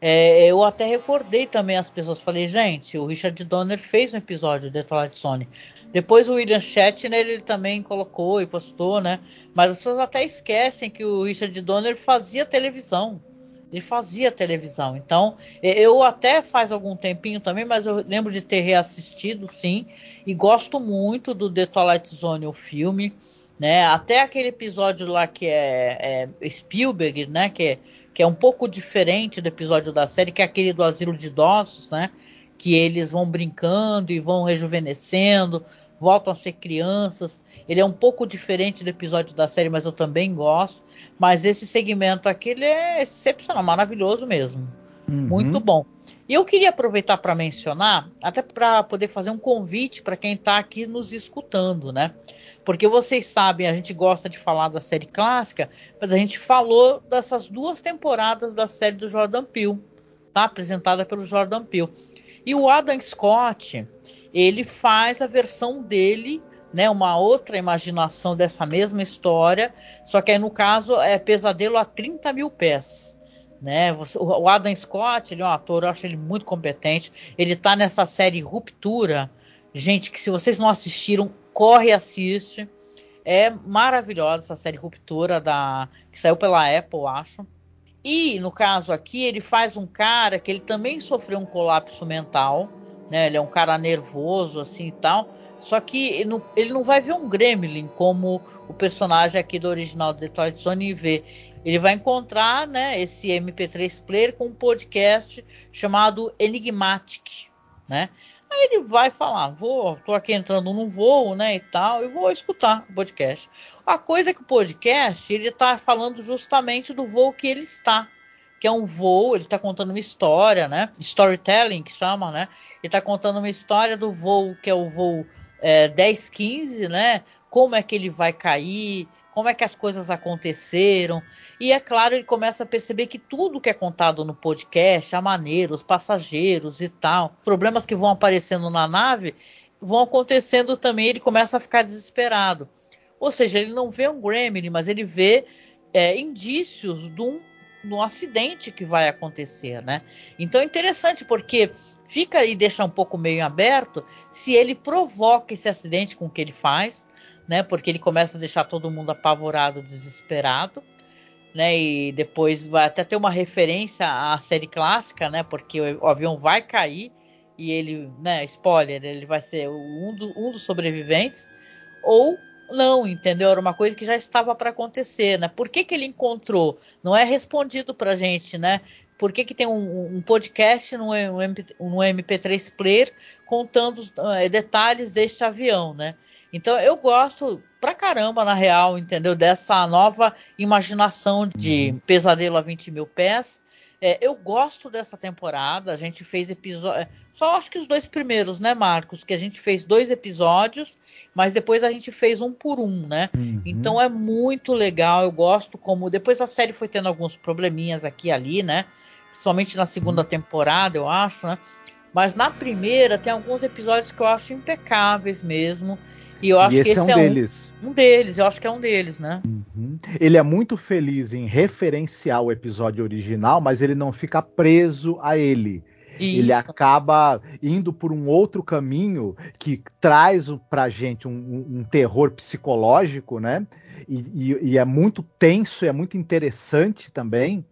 É, eu até recordei também as pessoas, falei, gente, o Richard Donner fez um episódio de Twilight Zone. Depois o William Shatner ele também colocou e postou, né? Mas as pessoas até esquecem que o Richard Donner fazia televisão. Ele fazia televisão. Então, eu até faz algum tempinho também, mas eu lembro de ter reassistido, sim. E gosto muito do The Twilight Zone, o filme. Né? Até aquele episódio lá que é, é Spielberg, né? Que é, que é um pouco diferente do episódio da série, que é aquele do Asilo de Idosos, né? Que eles vão brincando e vão rejuvenescendo, voltam a ser crianças. Ele é um pouco diferente do episódio da série, mas eu também gosto. Mas esse segmento aqui, ele é excepcional, maravilhoso mesmo. Uhum. Muito bom. E eu queria aproveitar para mencionar, até para poder fazer um convite para quem está aqui nos escutando, né? Porque vocês sabem, a gente gosta de falar da série clássica, mas a gente falou dessas duas temporadas da série do Jordan Peele, tá? Apresentada pelo Jordan Peele. E o Adam Scott, ele faz a versão dele, né, uma outra imaginação dessa mesma história, só que aí no caso é Pesadelo a trinta mil pés. Né? O Adam Scott, ele é um ator, eu acho ele muito competente. Ele está nessa série Ruptura. Gente, que se vocês não assistiram, corre e assiste. É maravilhosa essa série Ruptura, da, que saiu pela Apple, acho. E, no caso aqui, ele faz um cara que ele também sofreu um colapso mental, né? Ele é um cara nervoso, assim, e tal. Só que ele não, ele não vai ver um gremlin como o personagem aqui do original do The Twilight Zone vê. Ele vai encontrar, né, esse M P três player com um podcast chamado Enigmatic, né? Aí ele vai falar, vou, tô aqui entrando num voo, né, e tal, e vou escutar o podcast. A coisa é que o podcast, ele tá falando justamente do voo que ele está, que é um voo, ele tá contando uma história, né, storytelling que chama, né, ele tá contando uma história do voo, que é o voo é, dez quinze, né, como é que ele vai cair, como é que as coisas aconteceram. E é claro, ele começa a perceber que tudo que é contado no podcast, a maneira, os passageiros e tal, problemas que vão aparecendo na nave, vão acontecendo também, ele começa a ficar desesperado. Ou seja, ele não vê um gremlin, mas ele vê é, indícios de um, de um acidente que vai acontecer, né? Então é interessante, porque fica e deixa um pouco meio aberto se ele provoca esse acidente com o que ele faz, né? Porque ele começa a deixar todo mundo apavorado, desesperado, né? E depois vai até ter uma referência à série clássica, né? Porque o, o avião vai cair e ele, né? Spoiler, ele vai ser um, do, um dos sobreviventes, ou não, entendeu? Era uma coisa que já estava para acontecer, né? Por que que ele encontrou? Não é respondido pra gente, né? Por que que tem um, um podcast no, no M P três player contando os uh, detalhes deste avião, né? Então eu gosto pra caramba, na real, entendeu? Dessa nova imaginação de uhum. Pesadelo a vinte mil pés. É, eu gosto dessa temporada. A gente fez episódio, só acho que os dois primeiros, né, Marcos? Que a gente fez dois episódios, mas depois a gente fez um por um, né? Uhum. Então é muito legal. Eu gosto como depois a série foi tendo alguns probleminhas aqui e ali, né? Principalmente na segunda uhum. temporada, eu acho, né? Mas na primeira tem alguns episódios que eu acho impecáveis mesmo. E eu acho e esse que esse é um é deles. Um, um deles, eu acho que é um deles, né? Uhum. Ele é muito feliz em referenciar o episódio original, mas ele não fica preso a ele. Isso. Ele acaba indo por um outro caminho que traz pra gente um, um, um terror psicológico, né? E, e, e é muito tenso, é muito interessante também.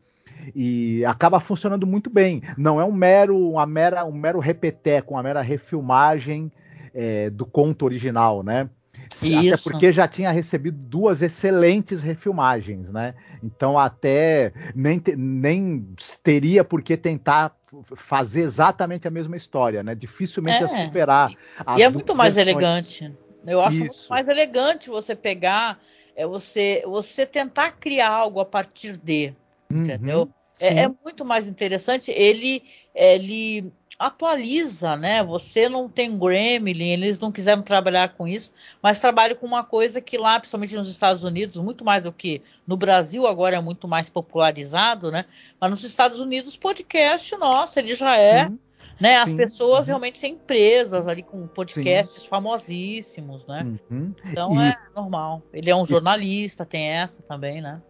E acaba funcionando muito bem. Não é um mero, uma mera, um mero repeteco, uma mera refilmagem é, do conto original, né? Isso. Até porque já tinha recebido duas excelentes refilmagens, né? Então até nem, te, nem teria por que tentar fazer exatamente a mesma história, né? Dificilmente é. ia superar as E é muito mais versões. Elegante. Eu acho Isso. muito mais elegante você pegar, é você, você tentar criar algo a partir de, uhum, entendeu? É, é muito mais interessante. Ele, ele atualiza, né? Você não tem gremlin, eles não quiseram trabalhar com isso, mas trabalham com uma coisa que lá, principalmente nos Estados Unidos, muito mais do que no Brasil, agora é muito mais popularizado, né? Mas nos Estados Unidos, podcast, nossa, ele já é, sim, né? As sim, pessoas uhum. realmente têm empresas ali com podcasts sim. famosíssimos, né? Uhum. Então e... é normal. Ele é um jornalista, e... tem essa também, né?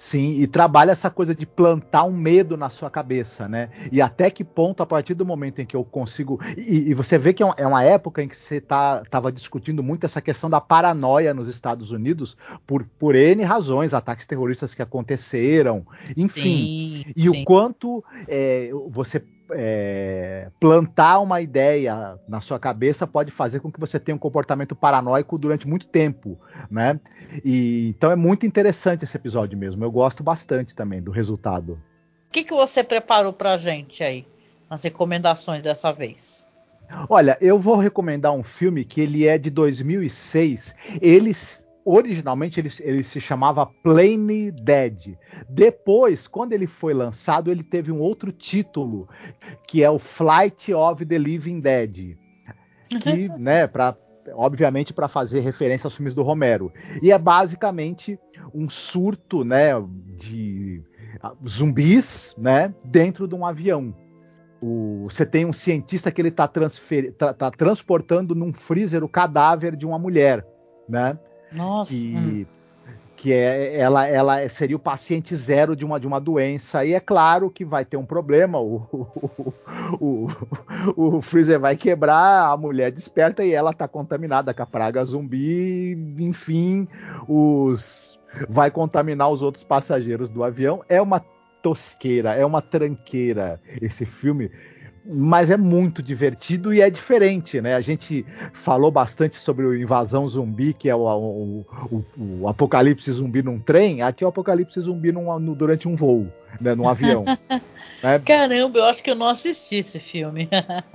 Sim, e trabalha essa coisa de plantar um medo na sua cabeça, né? E até que ponto, a partir do momento em que eu consigo... E, e você vê que é uma, é uma época em que você estava tá, discutindo muito essa questão da paranoia nos Estados Unidos por, por N razões, ataques terroristas que aconteceram, enfim. Sim, e sim. o quanto é, você... É, plantar uma ideia na sua cabeça pode fazer com que você tenha um comportamento paranoico durante muito tempo, né? E, então é muito interessante esse episódio mesmo. Eu gosto bastante também do resultado. O que, que você preparou pra gente aí, nas recomendações dessa vez? Olha, eu vou recomendar um filme que ele é de dois mil e seis. Ele originalmente ele, ele se chamava Plane Dead. Depois, quando ele foi lançado, ele teve um outro título, que é o Flight of the Living Dead, que, né, para obviamente para fazer referência aos filmes do Romero. E é basicamente um surto, né, de zumbis, né, dentro de um avião. O, você tem um cientista que ele está tá, tá transportando num freezer o cadáver de uma mulher, né? Nossa. Que, hum. que é, ela, ela seria o paciente zero de uma, de uma doença. E é claro que vai ter um problema. O, o, o, o, o freezer vai quebrar, a mulher desperta e ela está contaminada com a praga zumbi. Enfim, os, vai contaminar os outros passageiros do avião. É uma tosqueira, é uma tranqueira esse filme, mas é muito divertido e é diferente, né? A gente falou bastante sobre o Invasão Zumbi, que é o, o, o, o apocalipse zumbi num trem. Aqui é o apocalipse zumbi num, no, durante um voo, né? Num avião. Né? Caramba, eu acho que eu não assisti esse filme.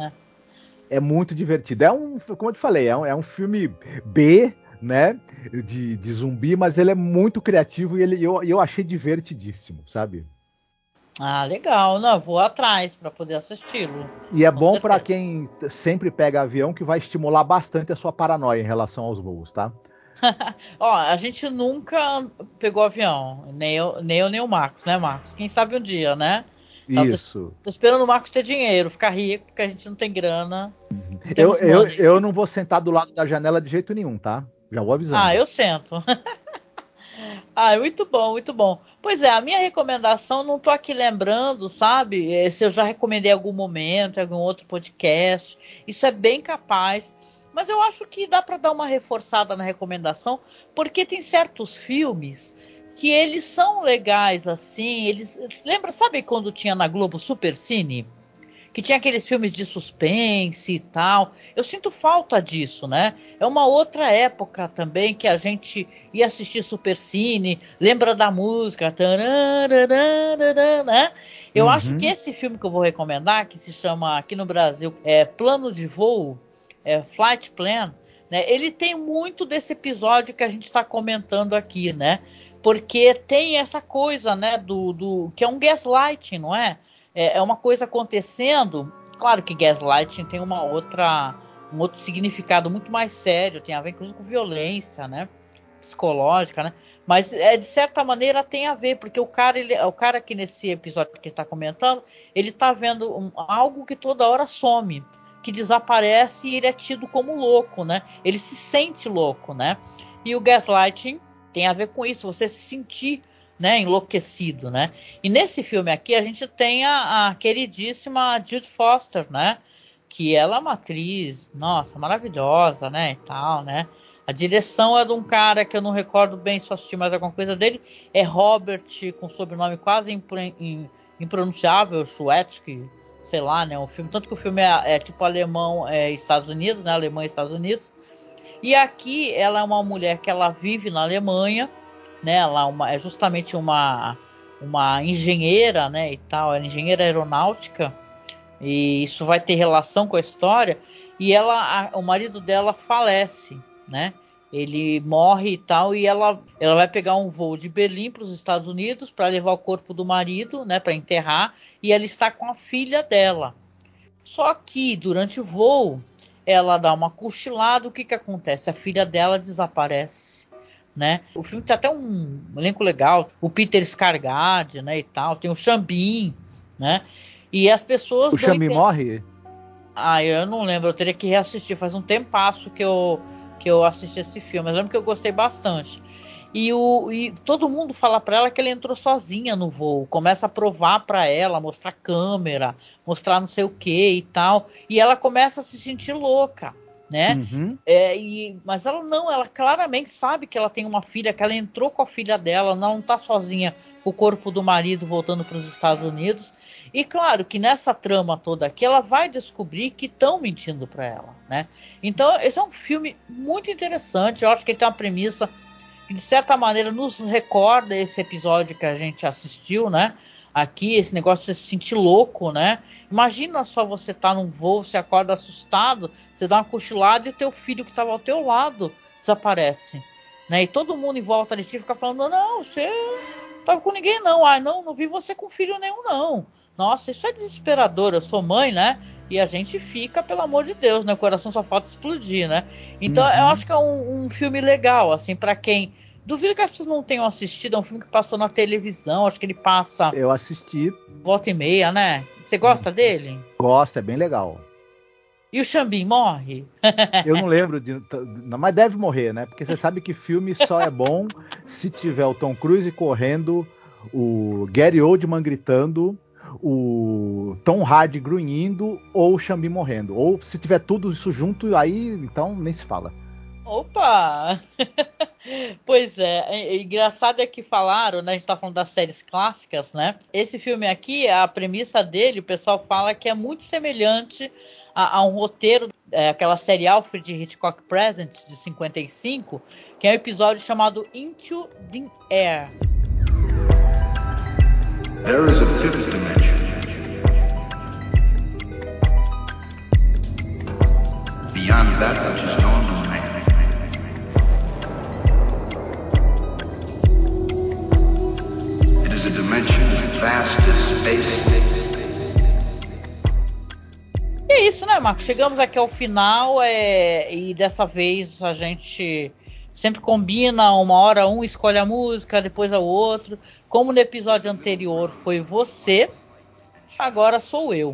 É muito divertido. É um, como eu te falei, é um, é um filme B, né? De, de zumbi, mas ele é muito criativo e ele, eu, eu achei divertidíssimo, sabe? Ah, legal. Não, eu vou atrás para poder assisti-lo. E é Com bom para certeza. quem sempre pega avião, que vai estimular bastante a sua paranoia em relação aos voos, tá? Ó, a gente nunca pegou avião, nem eu, nem eu nem o Marcos, né, Marcos? Quem sabe um dia, né? Tá, tô, Isso. tô esperando o Marcos ter dinheiro, ficar rico, porque a gente não tem grana. Não Eu, temos eu, money. eu não vou sentar do lado da janela de jeito nenhum, tá? Já vou Ah, avisando. eu sento. Ah, muito bom, muito bom. Pois é, a minha recomendação, não tô aqui lembrando, sabe? eh, Se eu já recomendei em algum momento, em algum outro podcast. Isso é bem capaz. Mas eu acho que dá para dar uma reforçada na recomendação, porque tem certos filmes que eles são legais assim. Eles lembra, sabe quando tinha na Globo Super Cine? Que tinha aqueles filmes de suspense e tal. Eu sinto falta disso, né? É uma outra época também que a gente ia assistir Supercine, lembra da música, tararararara, né? Eu uhum. acho que esse filme que eu vou recomendar, que se chama aqui no Brasil é Plano de Voo, é Flight Plan, né? Ele tem muito desse episódio que a gente está comentando aqui, né? Porque tem essa coisa, né, do, do que é um gaslighting, não é? É uma coisa acontecendo. Claro que gaslighting tem uma outra, um outro significado muito mais sério, tem a ver inclusive com violência, né? Psicológica, né? Mas é, de certa maneira tem a ver, porque o cara, ele, o cara aqui nesse episódio que ele está comentando, ele está vendo um, algo que toda hora some, que desaparece e ele é tido como louco, né? Ele se sente louco, né? E o gaslighting tem a ver com isso, você se sentir, né, enlouquecido, né? E nesse filme aqui a gente tem a, a queridíssima Judy Foster, né? Que ela é uma atriz, nossa, maravilhosa, né? E tal, né? A direção é de um cara que eu não recordo bem se eu assisti mais alguma coisa dele. É Robert, com sobrenome quase impre, in, impronunciável, Schwetzky, sei lá, né? O filme, tanto que o filme é, é tipo alemão, é Estados Unidos, né? Alemanha e Estados Unidos. E aqui ela é uma mulher que ela vive na Alemanha, né? Ela é, uma, é justamente uma, uma engenheira, né? E tal, ela é engenheira aeronáutica, e isso vai ter relação com a história. E ela, a, o marido dela falece, né? Ele morre e tal, e ela, ela vai pegar um voo de Berlim para os Estados Unidos para levar o corpo do marido, né? Para enterrar, e ela está com a filha dela. Só que durante o voo ela dá uma cochilada, o que que acontece? A filha dela desaparece, né? O filme tem até um elenco legal, o Peter Skarsgård, né, e tal, tem o Xambin, né? E as pessoas O Xambin entender... morre? Ah, eu não lembro, eu teria que reassistir, faz um tempasso que eu que eu assisti esse filme, mas lembro que eu gostei bastante. E, o, e todo mundo fala para ela que ela entrou sozinha no voo, começa a provar para ela, mostrar câmera, mostrar não sei o que e tal, e ela começa a se sentir louca, né? Uhum. É, e, mas ela não, ela claramente sabe que ela tem uma filha, que ela entrou com a filha dela, não está sozinha com o corpo do marido voltando para os Estados Unidos. E claro que nessa trama toda aqui ela vai descobrir que estão mentindo para ela, né? Então esse é um filme muito interessante. Eu acho que ele tem uma premissa que de certa maneira nos recorda esse episódio que a gente assistiu, né? Aqui, esse negócio de você se sentir louco, né? Imagina só você tá num voo, você acorda assustado, você dá uma cochilada e o teu filho que estava ao teu lado desaparece, né? E todo mundo em volta de ti fica falando, não, você não tava com ninguém não. Ah, não, não vi você com filho nenhum não. Nossa, isso é desesperador, eu sou mãe, né? E a gente fica, pelo amor de Deus, né? O coração só falta explodir, né? Então Uhum. eu acho que é um, um filme legal, assim, para quem... Duvido que as pessoas não tenham assistido, é um filme que passou na televisão, acho que ele passa... Eu assisti. Volta e meia, né? Você gosta dele? Gosto, é bem legal. E o Xambim morre? Eu não lembro de... Mas deve morrer, né? Porque você sabe que filme só é bom se tiver o Tom Cruise correndo, o Gary Oldman gritando, o Tom Hardy grunhindo ou o Xambim morrendo. Ou se tiver tudo isso junto, aí então nem se fala. Opa! Pois é, é, é, engraçado é que falaram, né? A gente tá falando das séries clássicas, né? Esse filme aqui, a premissa dele, o pessoal fala que é muito semelhante a, a um roteiro, é, aquela série Alfred Hitchcock Presents de cinquenta e cinco, que é um episódio chamado Into the Air. There is a fifth dimension. Beyond that which is known to man. It is a dimension vast as space. E é isso, né, Marcos? Chegamos aqui ao final é, e dessa vez a gente sempre combina, uma hora um escolhe a música, depois é o outro. Como no episódio anterior foi você, agora sou eu.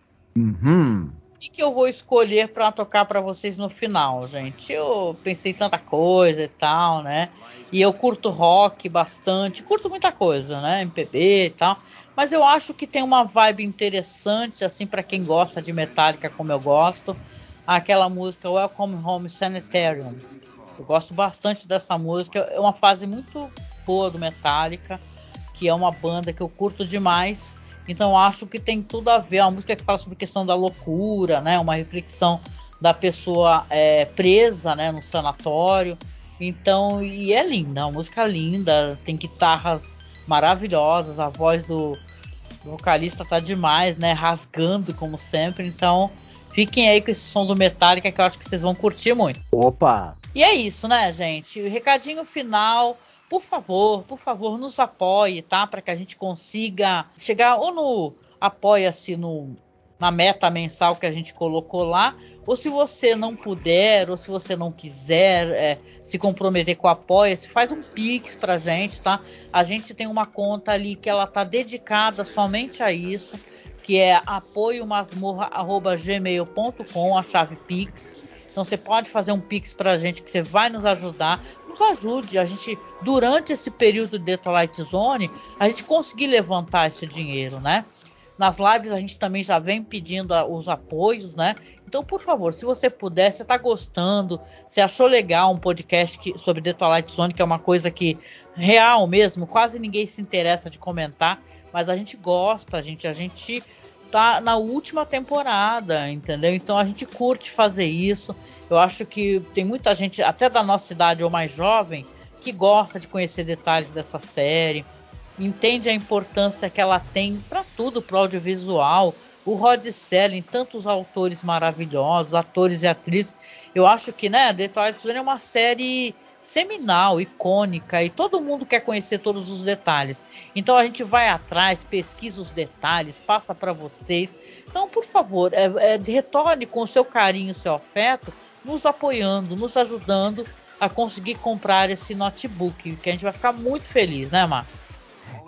Uhum. O que, que eu vou escolher para tocar para vocês no final, gente? Eu pensei em tanta coisa e tal, né? E eu curto rock bastante, curto muita coisa, né? M P B e tal. Mas eu acho que tem uma vibe interessante, assim, para quem gosta de Metallica como eu gosto. Aquela música Welcome Home Sanitarium. Eu gosto bastante dessa música. É uma fase muito boa do Metallica, que é uma banda que eu curto demais. Então acho que tem tudo a ver. É uma música que fala sobre a questão da loucura, né? Uma reflexão da pessoa é, presa, né? No sanatório. Então, e é linda, uma música linda. Tem guitarras maravilhosas. A voz do, do vocalista tá demais, né? Rasgando como sempre. Então, fiquem aí com esse som do Metallica que eu acho que vocês vão curtir muito. Opa! E é isso, né, gente? O recadinho final... Por favor, por favor, nos apoie, tá? Para que a gente consiga chegar ou no apoia-se no, na meta mensal que a gente colocou lá, ou se você não puder, ou se você não quiser é, se comprometer com o apoia-se, faz um Pix pra gente, tá? A gente tem uma conta ali que ela tá dedicada somente a isso, que é apoio masmorra arroba gmail ponto com, a chave Pix. Então você pode fazer um Pix pra gente que você vai nos ajudar. Nos ajude, a gente, durante esse período de The Twilight Zone, a gente conseguir levantar esse dinheiro, né? Nas lives a gente também já vem pedindo os apoios, né? Então, por favor, se você puder, você tá gostando, você achou legal um podcast que, sobre The Twilight Zone, que é uma coisa que, real mesmo, quase ninguém se interessa de comentar, mas a gente gosta, a gente, a gente tá na última temporada, entendeu? Então a gente curte fazer isso. Eu acho que tem muita gente, até da nossa idade ou mais jovem, que gosta de conhecer detalhes dessa série, entende a importância que ela tem para tudo, para o audiovisual. O Rod Serling, tantos autores maravilhosos, atores e atrizes. Eu acho que, né, The Twilight Zone é uma série seminal, icônica, e todo mundo quer conhecer todos os detalhes. Então a gente vai atrás, pesquisa os detalhes, passa para vocês. Então, por favor, é, é, retorne com o seu carinho, o seu afeto, nos apoiando, nos ajudando a conseguir comprar esse notebook, que a gente vai ficar muito feliz, né, Marco?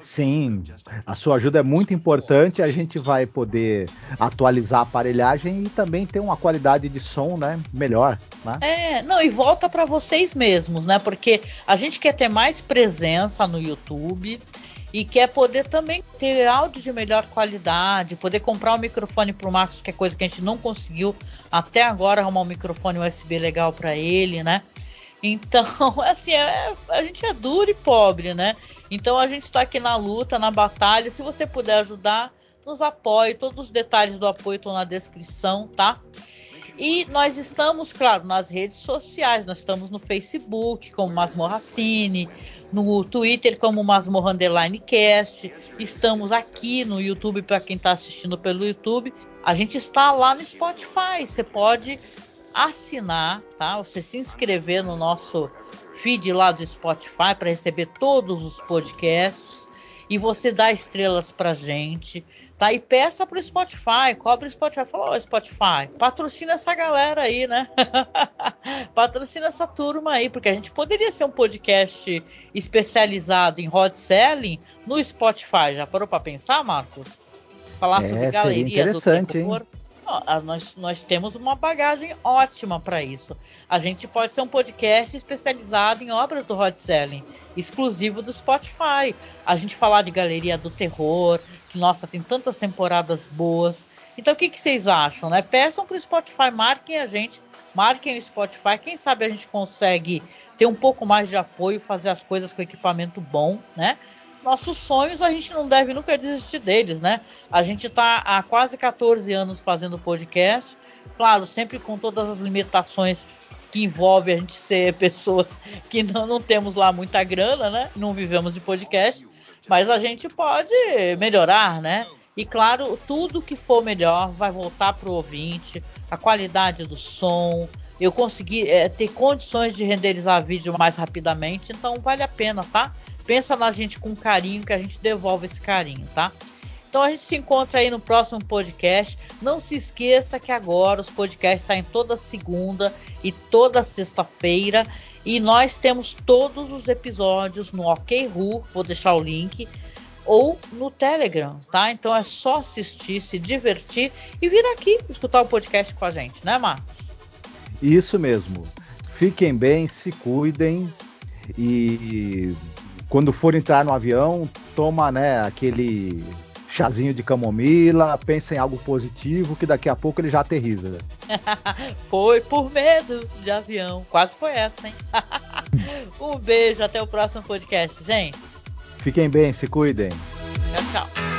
Sim, a sua ajuda é muito importante, a gente vai poder atualizar a aparelhagem e também ter uma qualidade de som, né, melhor, né? É, não, e volta para vocês mesmos, né? Porque a gente quer ter mais presença no YouTube e quer poder também ter áudio de melhor qualidade, poder comprar um microfone pro Marcos, que é coisa que a gente não conseguiu até agora, arrumar um microfone U S B legal para ele, né? Então, assim, é, a gente é duro e pobre, né? Então a gente está aqui na luta, na batalha. Se você puder ajudar, nos apoie. Todos os detalhes do apoio estão na descrição, tá? E nós estamos, claro, nas redes sociais. Nós estamos no Facebook como Masmorra Cine, no Twitter como Masmorra Underline Cast. Estamos aqui no YouTube para quem está assistindo pelo YouTube. A gente está lá no Spotify. Você pode assinar, tá? Você se inscrever no nosso feed lá do Spotify para receber todos os podcasts e você dá estrelas pra gente, tá? E peça pro Spotify, cobre o Spotify, fala, ô Spotify, patrocina essa galera aí, né? Patrocina essa turma aí, porque a gente poderia ser um podcast especializado em hot selling no Spotify. Já parou pra pensar, Marcos? Falar É, sobre seria galerias do interessante, terror. hein? Ó, Nós, nós temos uma bagagem ótima para isso. A gente pode ser um podcast especializado em obras do hot selling, exclusivo do Spotify. A gente falar de galeria do terror, que nossa, tem tantas temporadas boas. Então o que, que vocês acham, né? Peçam para o Spotify, marquem a gente, marquem o Spotify. Quem sabe a gente consegue ter um pouco mais de apoio, fazer as coisas com equipamento bom, né? Nossos sonhos a gente não deve nunca desistir deles, né? A gente está há quase catorze anos fazendo podcast, claro, sempre com todas as limitações que envolve a gente ser pessoas que não, não temos lá muita grana, né? Não vivemos de podcast, mas a gente pode melhorar, né? E claro, tudo que for melhor vai voltar para o ouvinte, a qualidade do som, eu consegui é, ter condições de renderizar vídeo mais rapidamente, então vale a pena, tá? Pensa na gente com carinho, que a gente devolve esse carinho, tá? Então a gente se encontra aí no próximo podcast. Não se esqueça que agora os podcasts saem toda segunda e toda sexta-feira. E nós temos todos os episódios no OkRu, vou deixar o link, ou no Telegram, tá? Então é só assistir, se divertir e vir aqui escutar o podcast com a gente, né, Marcos? Isso mesmo. Fiquem bem, se cuidem e quando for entrar no avião, toma, né, aquele chazinho de camomila, pensa em algo positivo que daqui a pouco ele já aterriza. Foi por medo de avião. Quase foi essa, hein? Um beijo, até o próximo podcast, gente. Fiquem bem, se cuidem. Tchau, tchau.